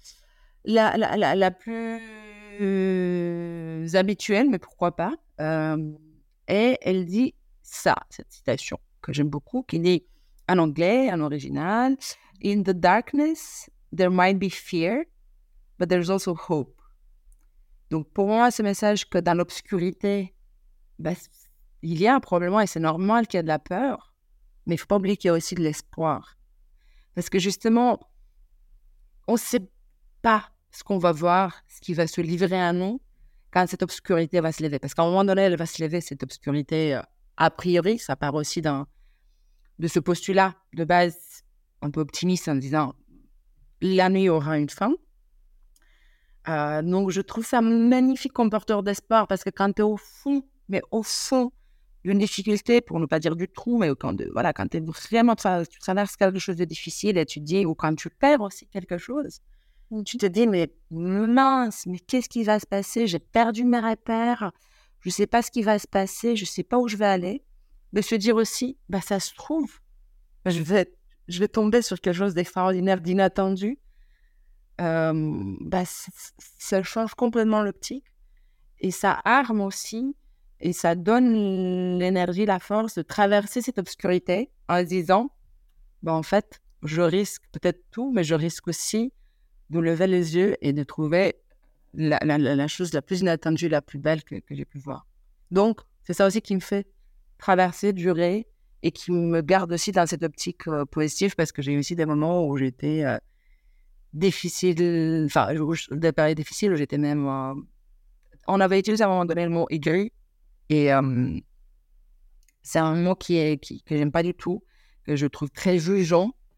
la plus habituelle, mais pourquoi pas. Et elle dit ça, cette citation que j'aime beaucoup, qui dit en anglais, en original: In the darkness, there might be fear, but there's also hope. Donc pour moi, ce message que dans l'obscurité, il y a probablement, et c'est normal qu'il y ait de la peur, mais il ne faut pas oublier qu'il y a aussi de l'espoir. Parce que justement, on ne sait pas ce qu'on va voir, ce qui va se livrer à nous quand cette obscurité va se lever. Parce qu'à un moment donné, elle va se lever, cette obscurité. A priori, ça part aussi de ce postulat de base un peu optimiste en disant la nuit aura une fin. Donc, je trouve ça magnifique comme porteur d'espoir parce que quand tu es au fond d'une difficulté, pour ne pas dire du trou, mais quand tu es vraiment, tu traverses quelque chose de difficile et tu te dis, ou quand tu perds aussi quelque chose, tu te dis, mais mince, mais qu'est-ce qui va se passer? J'ai perdu mes repères, je ne sais pas ce qui va se passer, je ne sais pas où je vais aller. Mais se dire aussi, ça se trouve, je vais tomber sur quelque chose d'extraordinaire, d'inattendu. Ça change complètement l'optique et ça arme aussi et ça donne l'énergie, la force de traverser cette obscurité en se disant, en fait, je risque peut-être tout, mais je risque aussi de lever les yeux et de trouver la chose la plus inattendue, la plus belle que j'ai pu voir. Donc, c'est ça aussi qui me fait traverser, durer et qui me garde aussi dans cette optique positive parce que j'ai eu aussi des moments où j'étais difficile, des périodes difficiles où j'étais même... on avait utilisé à un moment donné le mot « aigri » et c'est un mot que j'aime pas du tout, que je trouve très jugeant.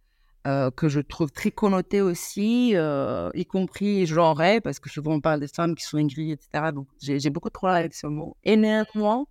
que je trouve très connoté aussi, y compris genré, parce que souvent on parle des femmes qui sont aigries, etc. Donc j'ai beaucoup de problèmes avec ce mot. Et néanmoins,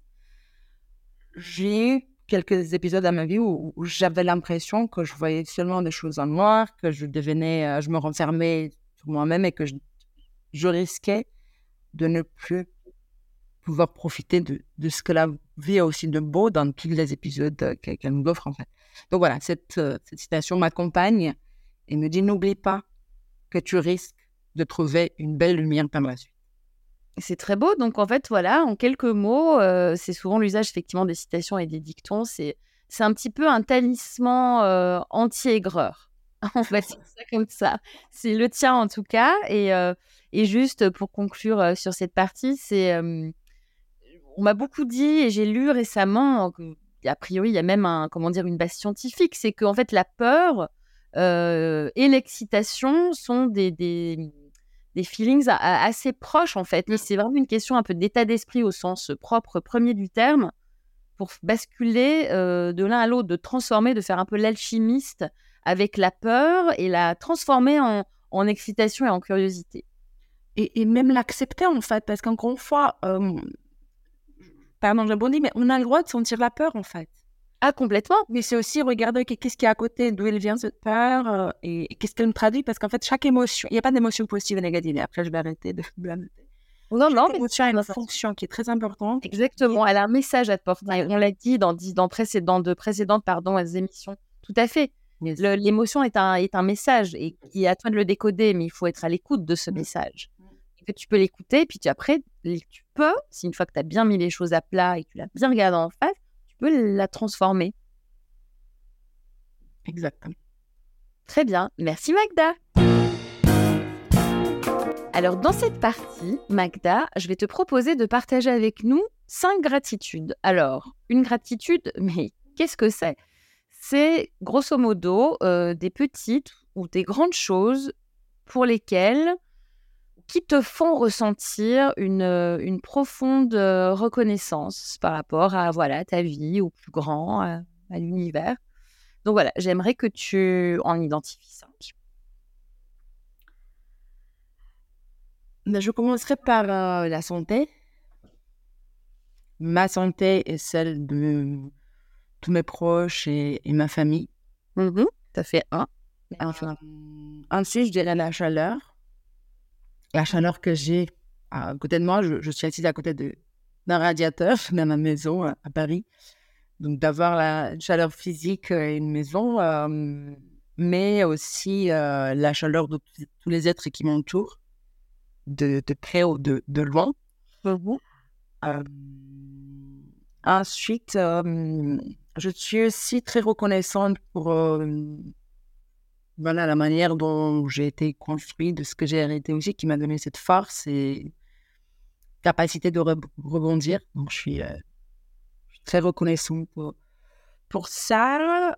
j'ai eu quelques épisodes à ma vie où j'avais l'impression que je voyais seulement des choses en noir, que je devenais, je me renfermais sur moi-même et que je risquais de ne plus pouvoir profiter de ce que la vie a aussi de beau dans tous les épisodes qu'elle nous offre, en fait. Donc voilà, cette citation m'accompagne et me dit: n'oublie pas que tu risques de trouver une belle lumière par la suite. C'est très beau. Donc, en fait, voilà, en quelques mots, c'est souvent l'usage effectivement des citations et des dictons. C'est un petit peu un talisman anti-aigreur. On va dire ça comme ça. C'est le tien en tout cas. Et juste pour conclure sur cette partie, on m'a beaucoup dit et j'ai lu récemment a priori il y a même une base scientifique, c'est qu'en fait la peur et l'excitation sont des feelings assez proches en fait. Et c'est vraiment une question un peu d'état d'esprit au sens propre premier du terme, pour basculer de l'un à l'autre, de transformer, de faire un peu l'alchimiste avec la peur et la transformer en excitation et en curiosité. Et même l'accepter en fait, parce qu'encore une fois, pardon, j'abondis, mais on a le droit de sentir la peur en fait. Ah, complètement. Mais c'est aussi regarder qu'est-ce qui est à côté, d'où elle vient cette peur et qu'est-ce qu'elle me traduit, parce qu'en fait, chaque émotion, il n'y a pas d'émotion positive et négative. Et après, je vais arrêter de blâmer. Non, Chaque mais émotion a une fonction qui est très importante. exactement, elle a un message à te porter. On l'a dit dans de précédentes émissions. Tout à fait. Yes. L'émotion est un message et il est à toi de le décoder, mais il faut être à l'écoute de ce message. Et que tu peux l'écouter, puis après, tu peux, si une fois que tu as bien mis les choses à plat et que tu l'as bien regardé en face, tu peux la transformer. Exactement. Très bien. Merci Magda. Alors, dans cette partie, Magda, je vais te proposer de partager avec nous 5 gratitudes. Alors, une gratitude, mais qu'est-ce que c'est ? C'est grosso modo des petites ou des grandes choses pour lesquelles, qui te font ressentir une profonde reconnaissance par rapport à ta vie, au plus grand, à l'univers. Donc voilà, j'aimerais que tu en identifies 5. Je commencerai par la santé. Ma santé et celle de tous mes proches et ma famille. Ça fait 1. Enfin, ensuite, je dirais la chaleur. La chaleur que j'ai à côté de moi. Je suis assise à côté d'un radiateur dans ma maison à Paris. Donc, d'avoir la chaleur physique et une maison, mais aussi la chaleur de tous les êtres qui m'entourent, de près ou de loin. Ensuite, je suis aussi très reconnaissante pour la manière dont j'ai été construite, de ce que j'ai hérité aussi, qui m'a donné cette force et capacité de rebondir. Donc, je suis très reconnaissante pour ça.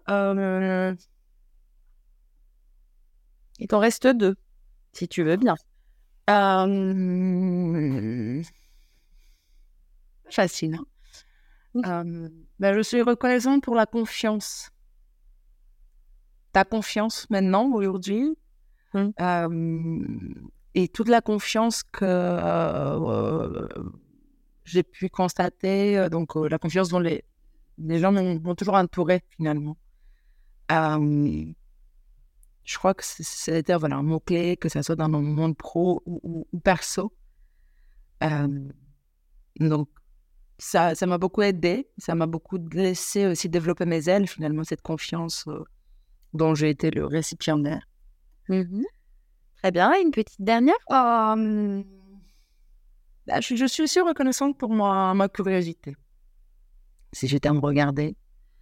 Il t'en reste 2, si tu veux bien. Facile. Je suis reconnaissante pour la confiance. Ta confiance maintenant, aujourd'hui. Et toute la confiance que j'ai pu constater. Donc, la confiance dont les gens m'ont toujours entourée, finalement. Je crois que c'était un mot-clé, que ça soit dans mon monde pro ou perso. Donc, ça m'a beaucoup aidée. Ça m'a beaucoup laissé aussi développer mes ailes, finalement, cette confiance dont j'ai été le récipiendaire. Très bien. Et une petite dernière ? Je suis aussi reconnaissante pour ma curiosité. Si j'étais à me regarder,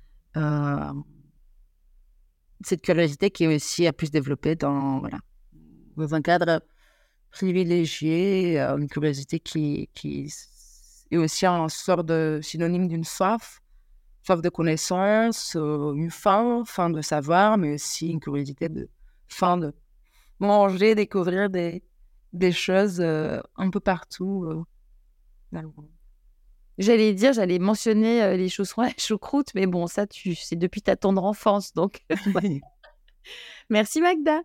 cette curiosité qui est aussi à plus développer dans un cadre privilégié, une curiosité qui est aussi un sort de synonyme d'une soif de connaissance, une faim de savoir, mais aussi une curiosité faim de manger, découvrir des choses un peu partout dans le monde. J'allais mentionner les chaussons à la choucroute, mais bon, ça, c'est depuis ta tendre enfance, donc Merci Magda.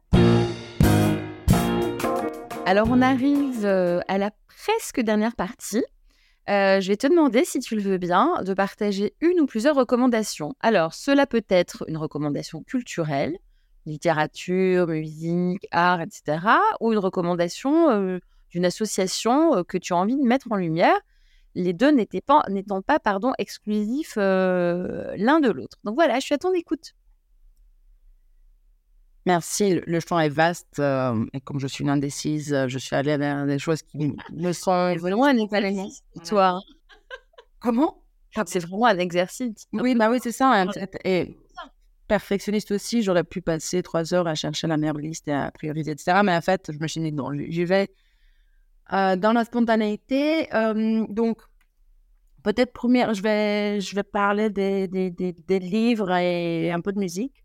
Alors, on arrive à la presque dernière partie. Je vais te demander, si tu le veux bien, de partager une ou plusieurs recommandations. Alors, cela peut être une recommandation culturelle, littérature, musique, art, etc. Ou une recommandation d'une association que tu as envie de mettre en lumière. Les deux n'étant pas exclusifs l'un de l'autre. Donc voilà, je suis à ton écoute. Merci, le champ est vaste et comme je suis une indécise, je suis allée vers des choses qui me sont Vraiment un exercice pour toi. Comment? C'est vraiment un exercice. Oui, oui, c'est ça. Et perfectionniste aussi, j'aurais pu passer 3 heures à chercher la meilleure liste et à prioriser, etc. Mais en fait, je me suis dit non, j'y vais dans la spontanéité. Donc, peut-être je vais parler des livres et un peu de musique.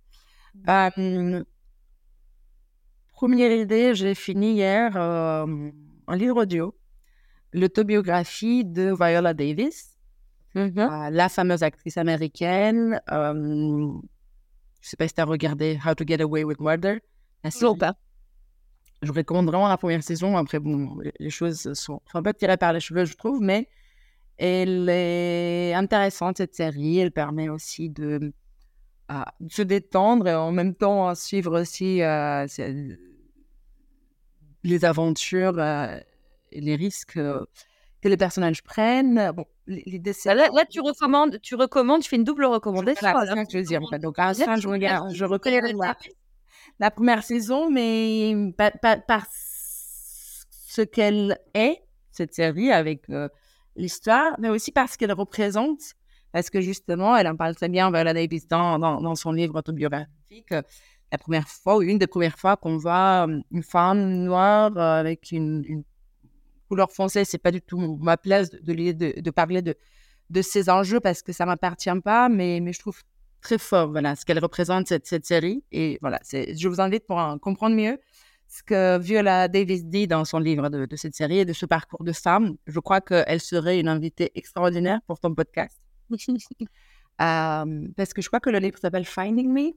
Première idée, j'ai fini hier un livre audio, l'autobiographie de Viola Davis, la fameuse actrice américaine. Je ne sais pas si tu as regardé How to Get Away with Murder. Toujours pas. Je recommande vraiment la première saison. Après, bon, les choses sont un peu tirées par les cheveux, je trouve, mais elle est intéressante, cette série. Elle permet aussi de se détendre et en même temps suivre aussi les aventures et les risques que les personnages prennent. Bon, l'idée, c'est... Là, tu recommandes, tu fais une double recommandation. Voilà, c'est ça que je veux dire. En fait. Donc, à la fin, je recommande la première saison, mais par ce qu'elle est, cette série, avec l'histoire, mais aussi parce qu'elle représente, parce que justement, elle en parle très bien, Viola Davis, dans son livre autobiographique, la première fois, ou une des premières fois qu'on voit une femme noire avec une couleur foncée. C'est pas du tout ma place de parler de ces enjeux parce que ça m'appartient pas, mais je trouve très fort, voilà, ce qu'elle représente, cette série. Et voilà, je vous invite pour comprendre mieux ce que Viola Davis dit dans son livre de cette série et de ce parcours de femme. Je crois qu'elle serait une invitée extraordinaire pour ton podcast. Parce que je crois que le livre s'appelle Finding Me.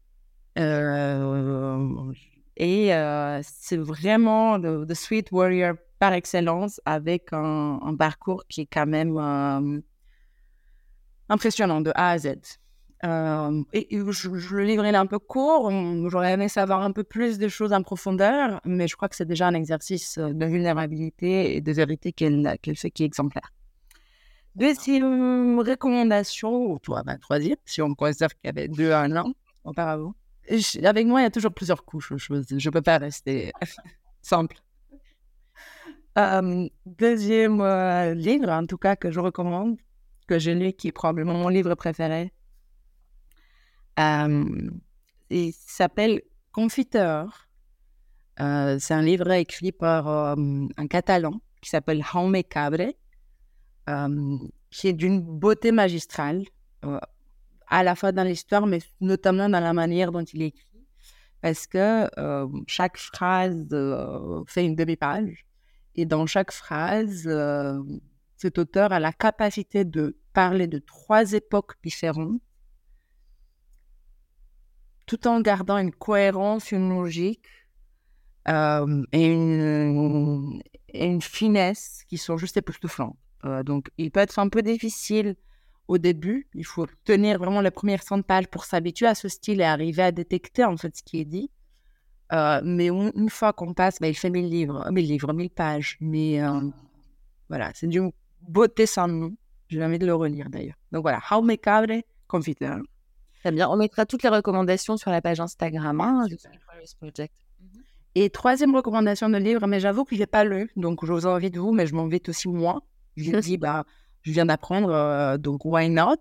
Et c'est vraiment The Sweet Warrior par excellence, avec un parcours qui est quand même impressionnant de A à Z. Et je le livre est un peu court, j'aurais aimé savoir un peu plus de choses en profondeur, mais je crois que c'est déjà un exercice de vulnérabilité et de vérité qu'elle fait qui est exemplaire. Deuxième recommandation, ou troisième, si on considère qu'il y avait 2 à 1 an auparavant. Avec moi, il y a toujours plusieurs couches aux choses. Je ne peux pas rester simple. Deuxième livre, en tout cas, que je recommande, que j'ai lu, qui est probablement mon livre préféré. Il s'appelle Confiteur. C'est un livre écrit par un Catalan qui s'appelle Jaume Cabre, qui est d'une beauté magistrale, à la fois dans l'histoire, mais notamment dans la manière dont il écrit, parce que chaque phrase fait une demi-page, et dans chaque phrase, cet auteur a la capacité de parler de 3 époques différentes, tout en gardant une cohérence, une logique et une finesse qui sont juste époustouflantes. Donc, il peut être un peu difficile au début. Il faut tenir vraiment les premières 100 pages pour s'habituer à ce style et arriver à détecter en fait ce qui est dit. Mais une fois qu'on passe, il fait 1000 pages. Mais voilà, c'est d'une beauté sans nom. J'ai envie de le relire d'ailleurs. Donc voilà, Jaume Cabre, Confiteur. Très bien, on mettra toutes les recommandations sur la page Instagram de Sweet Warriors Project. Et troisième recommandation de livre, mais j'avoue que je l'ai pas lu, donc je vous invite vous, mais je m'invite aussi moi. Je dis, je viens d'apprendre, donc why not?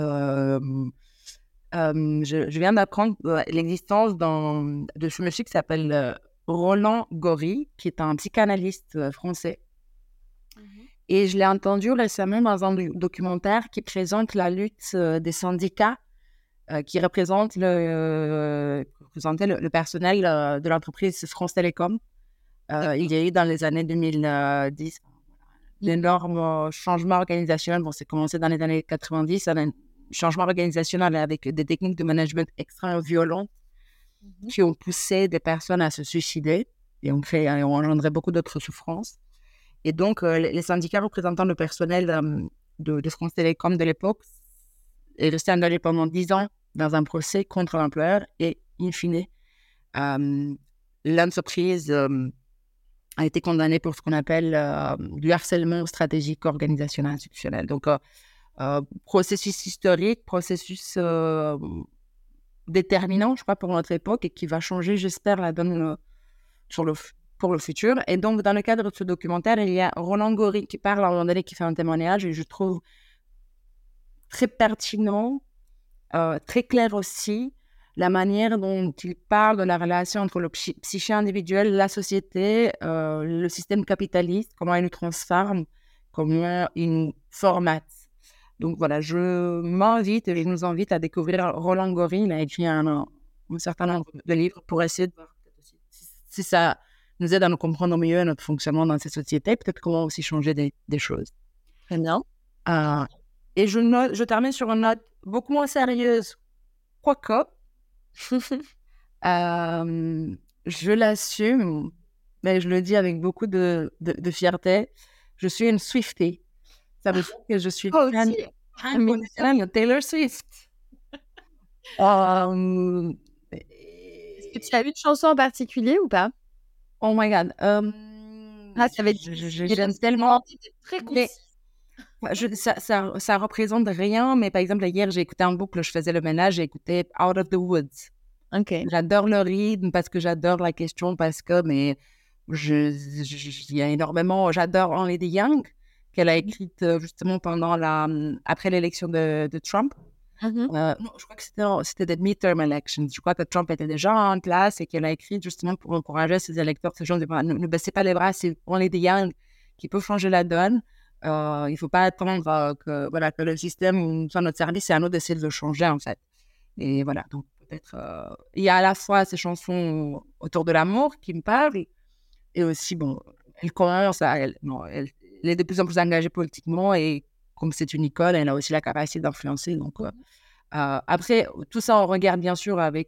Je viens d'apprendre l'existence de ce monsieur qui s'appelle Roland Gori, qui est un psychanalyste français. Et je l'ai entendu récemment dans un documentaire qui présente la lutte des syndicats qui représentait le personnel de l'entreprise France Télécom. Il y a eu dans les années 2010 l'énorme changement organisationnel. Bon, c'est commencé dans les années 90, un changement organisationnel avec des techniques de management extrêmement violentes qui ont poussé des personnes à se suicider et ont engendré beaucoup d'autres souffrances. Et donc, les syndicats représentants le personnel de France Télécom de l'époque est resté engagé pendant 10 ans dans un procès contre l'employeur et, in fine, l'entreprise a été condamnée pour ce qu'on appelle du harcèlement stratégique organisationnel institutionnel. Donc, processus historique, processus déterminant, je crois, pour notre époque et qui va changer, j'espère, la donne pour le futur. Et donc, dans le cadre de ce documentaire, il y a Roland Gori qui parle à un moment donné, qui fait un témoignage et je trouve très pertinent, très clair aussi, la manière dont il parle de la relation entre le psyché individuel, la société, le système capitaliste, comment il nous transforme, comment il nous formate. Donc voilà, je m'invite et je nous invite à découvrir Roland Gori. Il a écrit un certain nombre de livres pour essayer de voir si ça nous aide à nous comprendre mieux notre fonctionnement dans ces sociétés, peut-être comment aussi changer des choses. Très bien. Et je termine sur une note beaucoup moins sérieuse, quoique, je l'assume, mais je le dis avec beaucoup de fierté, je suis une Swiftie. Ça veut dire que je suis fan de Taylor Swift. Est-ce que tu as une chanson en particulier ou pas? Oh my God. Ça va être j'aime tellement. Très concis. Ça représente rien, mais par exemple, hier, j'ai écouté en boucle, je faisais le ménage, j'ai écouté Out of the Woods. Okay. J'adore le rythme parce que j'adore la question, parce que il y a énormément. J'adore Only the Young, qu'elle a écrite justement après l'élection de Trump. Non, je crois que c'était des midterm elections. Je crois que Trump était déjà en place et qu'elle a écrit justement pour encourager ses électeurs, ces gens ne baissez pas les bras, c'est Only the Young qui peut changer la donne. Il ne faut pas attendre que le système soit notre service, c'est à nous d'essayer de le changer en fait. Et voilà, donc peut-être il y a à la fois ces chansons autour de l'amour qui me parlent et aussi, elle commence elle est de plus en plus engagée politiquement et comme c'est une icône, elle a aussi la capacité d'influencer. Donc, après, tout ça, on regarde bien sûr avec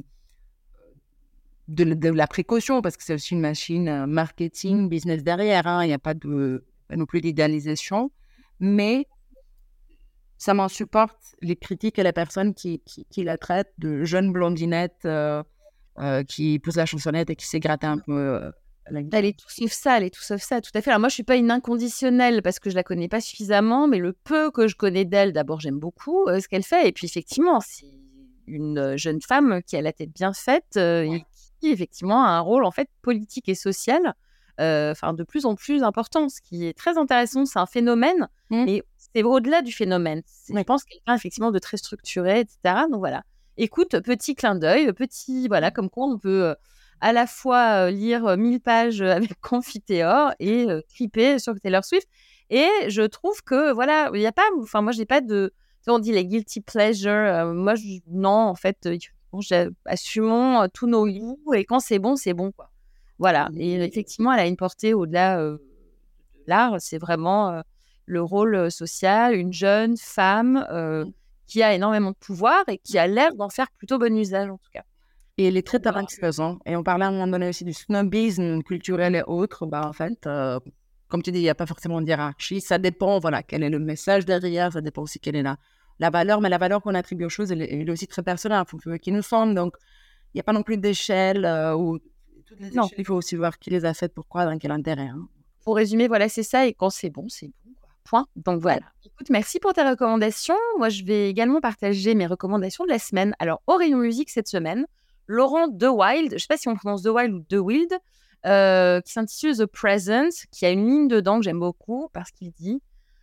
de la précaution parce que c'est aussi une machine marketing, business derrière. Il n'y a pas non plus d'idéalisation. Mais ça m'en supporte les critiques et les personnes qui la traitent de jeune blondinette qui pousse la chansonnette et qui s'est grattée un peu. Elle est tout sauf ça, tout à fait. Alors moi, je suis pas une inconditionnelle parce que je la connais pas suffisamment, mais le peu que je connais d'elle, d'abord, j'aime beaucoup ce qu'elle fait. Et puis, effectivement, c'est une jeune femme qui a la tête bien faite et qui, effectivement, a un rôle, en fait, politique et social, de plus en plus important. Ce qui est très intéressant, c'est un phénomène, mais c'est au-delà du phénomène. Je pense quelqu'un, effectivement, de très structuré, etc. Donc, voilà. Écoute, petit clin d'œil, comme quoi on peut... à la fois lire 1000 pages avec Confiteor et triper sur Taylor Swift. Et je trouve que, voilà, il n'y a pas... Enfin, moi, je n'ai pas de... On dit les guilty pleasure. Non, en fait, assumons tous nos goûts et quand c'est bon, quoi. Voilà. Et effectivement, elle a une portée au-delà de l'art. C'est vraiment le rôle social, une jeune femme qui a énormément de pouvoir et qui a l'air d'en faire plutôt bon usage, en tout cas. Et elle est très talentueuse. Et on parlait à un moment donné aussi du snobisme culturel et autres. En fait, comme tu dis, il n'y a pas forcément de hiérarchie. Ça dépend, quel est le message derrière. Ça dépend aussi quelle est la valeur. Mais la valeur qu'on attribue aux choses, elle est aussi très personnelle. Il faut qu'ils nous semblent. Donc, il n'y a pas non plus d'échelle. Toutes les échelles, il faut aussi voir qui les a faites, pourquoi, dans quel intérêt. Pour résumer, c'est ça. Et quand c'est bon, quoi. Point. Donc, voilà. Écoute, merci pour tes recommandations. Moi, je vais également partager mes recommandations de la semaine. Alors, au rayon musique cette semaine, Laurent De Wild, je ne sais pas si on prononce De Wild ou De Wild, qui s'intitule The Present, qui a une ligne dedans que j'aime beaucoup parce qu'il dit,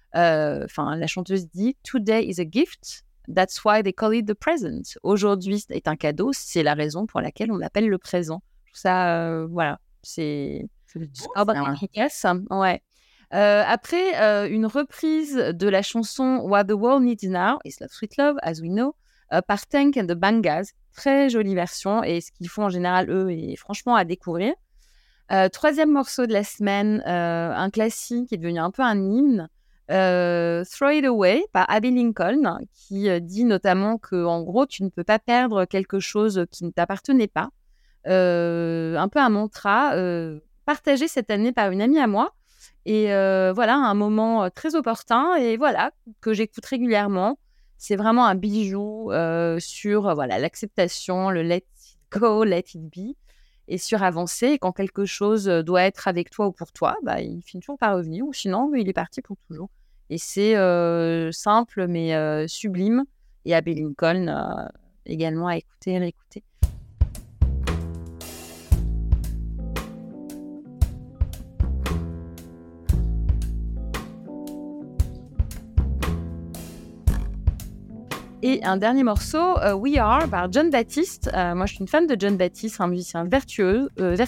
la chanteuse dit « Today is a gift, that's why they call it the present ». Aujourd'hui est un cadeau, c'est la raison pour laquelle on l'appelle le présent. Je trouve ça, c'est efficace. Ouais. Après, une reprise de la chanson « What the World Needs Now is Sweet Love, as we know », par Tank and the Bangas. Très jolie version et ce qu'ils font en général, eux, est franchement à découvrir. Troisième morceau de la semaine, un classique qui est devenu un peu un hymne, Throw It Away par Abby Lincoln, qui dit notamment que, en gros, tu ne peux pas perdre quelque chose qui ne t'appartenait pas. Un peu un mantra partagé cette année par une amie à moi. Et voilà, un moment très opportun et voilà, que j'écoute régulièrement. C'est vraiment un bijou sur voilà, l'acceptation, le let it go, let it be, et sur avancer. Et quand quelque chose doit être avec toi ou pour toi, bah, il finit toujours par revenir, ou sinon, il est parti pour toujours. Et c'est simple, mais sublime. Et Abby Lincoln, également à écouter et réécouter. Et un dernier morceau, We Are, par Jon Batiste. Moi, je suis une fan de Jon Batiste, un musicien virtuose,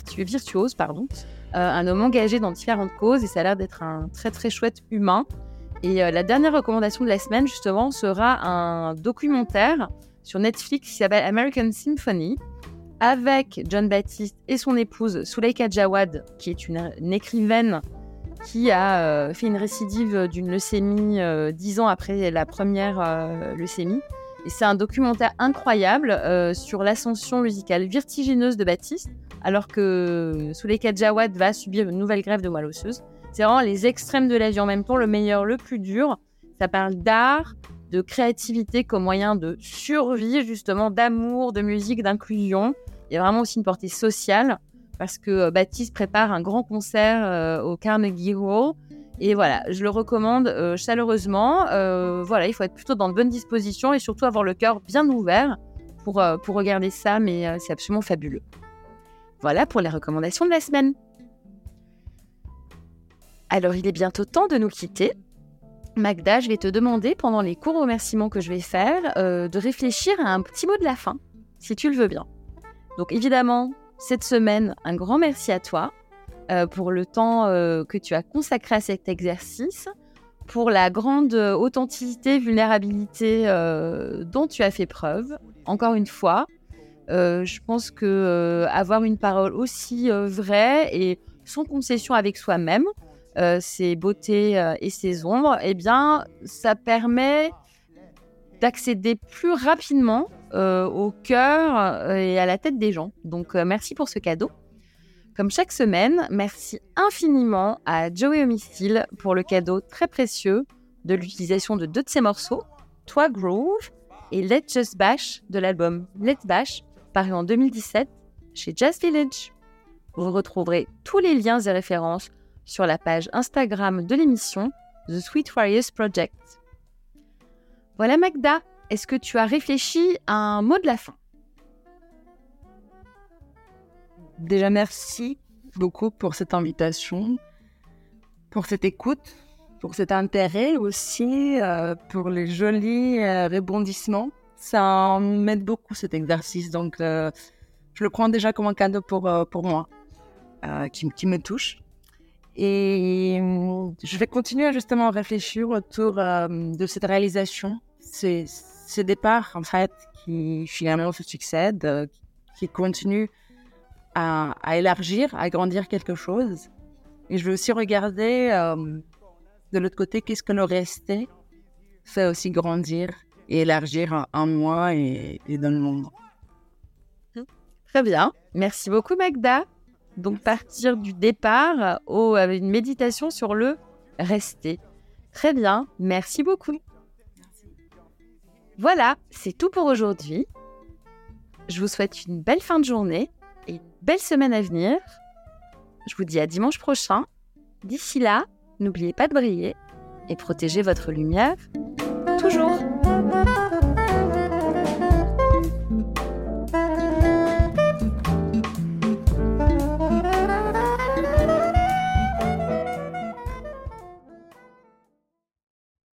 un homme engagé dans différentes causes, et ça a l'air d'être un très, très chouette humain. Et la dernière recommandation de la semaine, justement, sera un documentaire sur Netflix qui s'appelle American Symphony, avec Jon Batiste et son épouse, Suleika Jawad, qui est une écrivaine qui a fait une récidive d'une leucémie 10 ans après la première leucémie. Et c'est un documentaire incroyable sur l'ascension musicale vertigineuse de Batiste, alors que Suleika Jawad va subir une nouvelle greffe de moelle osseuse. C'est vraiment les extrêmes de la vie en même temps, le meilleur, le plus dur. Ça parle d'art, de créativité comme moyen de survie, justement, d'amour, de musique, d'inclusion. Il y a vraiment aussi une portée sociale, parce que Baptiste prépare un grand concert au Carnegie Hall. Et voilà, je le recommande chaleureusement. Voilà, il faut être plutôt dans de bonnes dispositions et surtout avoir le cœur bien ouvert pour regarder ça, mais c'est absolument fabuleux. Voilà pour les recommandations de la semaine. Alors, il est bientôt temps de nous quitter. Magda, je vais te demander, pendant les courts remerciements que je vais faire, de réfléchir à un petit mot de la fin, si tu le veux bien. Donc, évidemment, cette semaine, un grand merci à toi pour le temps que tu as consacré à cet exercice, pour la grande authenticité, vulnérabilité dont tu as fait preuve. Encore une fois, je pense que avoir une parole aussi vraie et sans concession avec soi-même, ses beautés et ses ombres, eh bien, ça permet d'accéder plus rapidement au cœur et à la tête des gens. Donc, merci pour ce cadeau. Comme chaque semaine, merci infiniment à Joey Homistil pour le cadeau très précieux de l'utilisation de 2 de ses morceaux, Toi Groove et Let's Just Bash de l'album Let's Bash, paru en 2017 chez Jazz Village. Vous retrouverez tous les liens et références sur la page Instagram de l'émission The Sweet Warriors Project. Voilà Magda, est-ce que tu as réfléchi à un mot de la fin ? Déjà, merci beaucoup pour cette invitation, pour cette écoute, pour cet intérêt aussi, pour les jolis rebondissements. Ça m'aide beaucoup cet exercice, donc je le prends déjà comme un cadeau pour moi, qui me touche. Et je vais continuer justement à réfléchir autour de cette réalisation, ces départs en fait qui finalement se succèdent, qui continuent à élargir, à grandir quelque chose. Et je vais aussi regarder de l'autre côté qu'est-ce que le resté fait aussi grandir et élargir en moi et dans le monde. Très bien, merci beaucoup Magda. Donc partir du départ avec une méditation sur le rester. Très bien, merci beaucoup. Voilà, c'est tout pour aujourd'hui. Je vous souhaite une belle fin de journée et une belle semaine à venir. Je vous dis à dimanche prochain. D'ici là, n'oubliez pas de briller et protégez votre lumière toujours.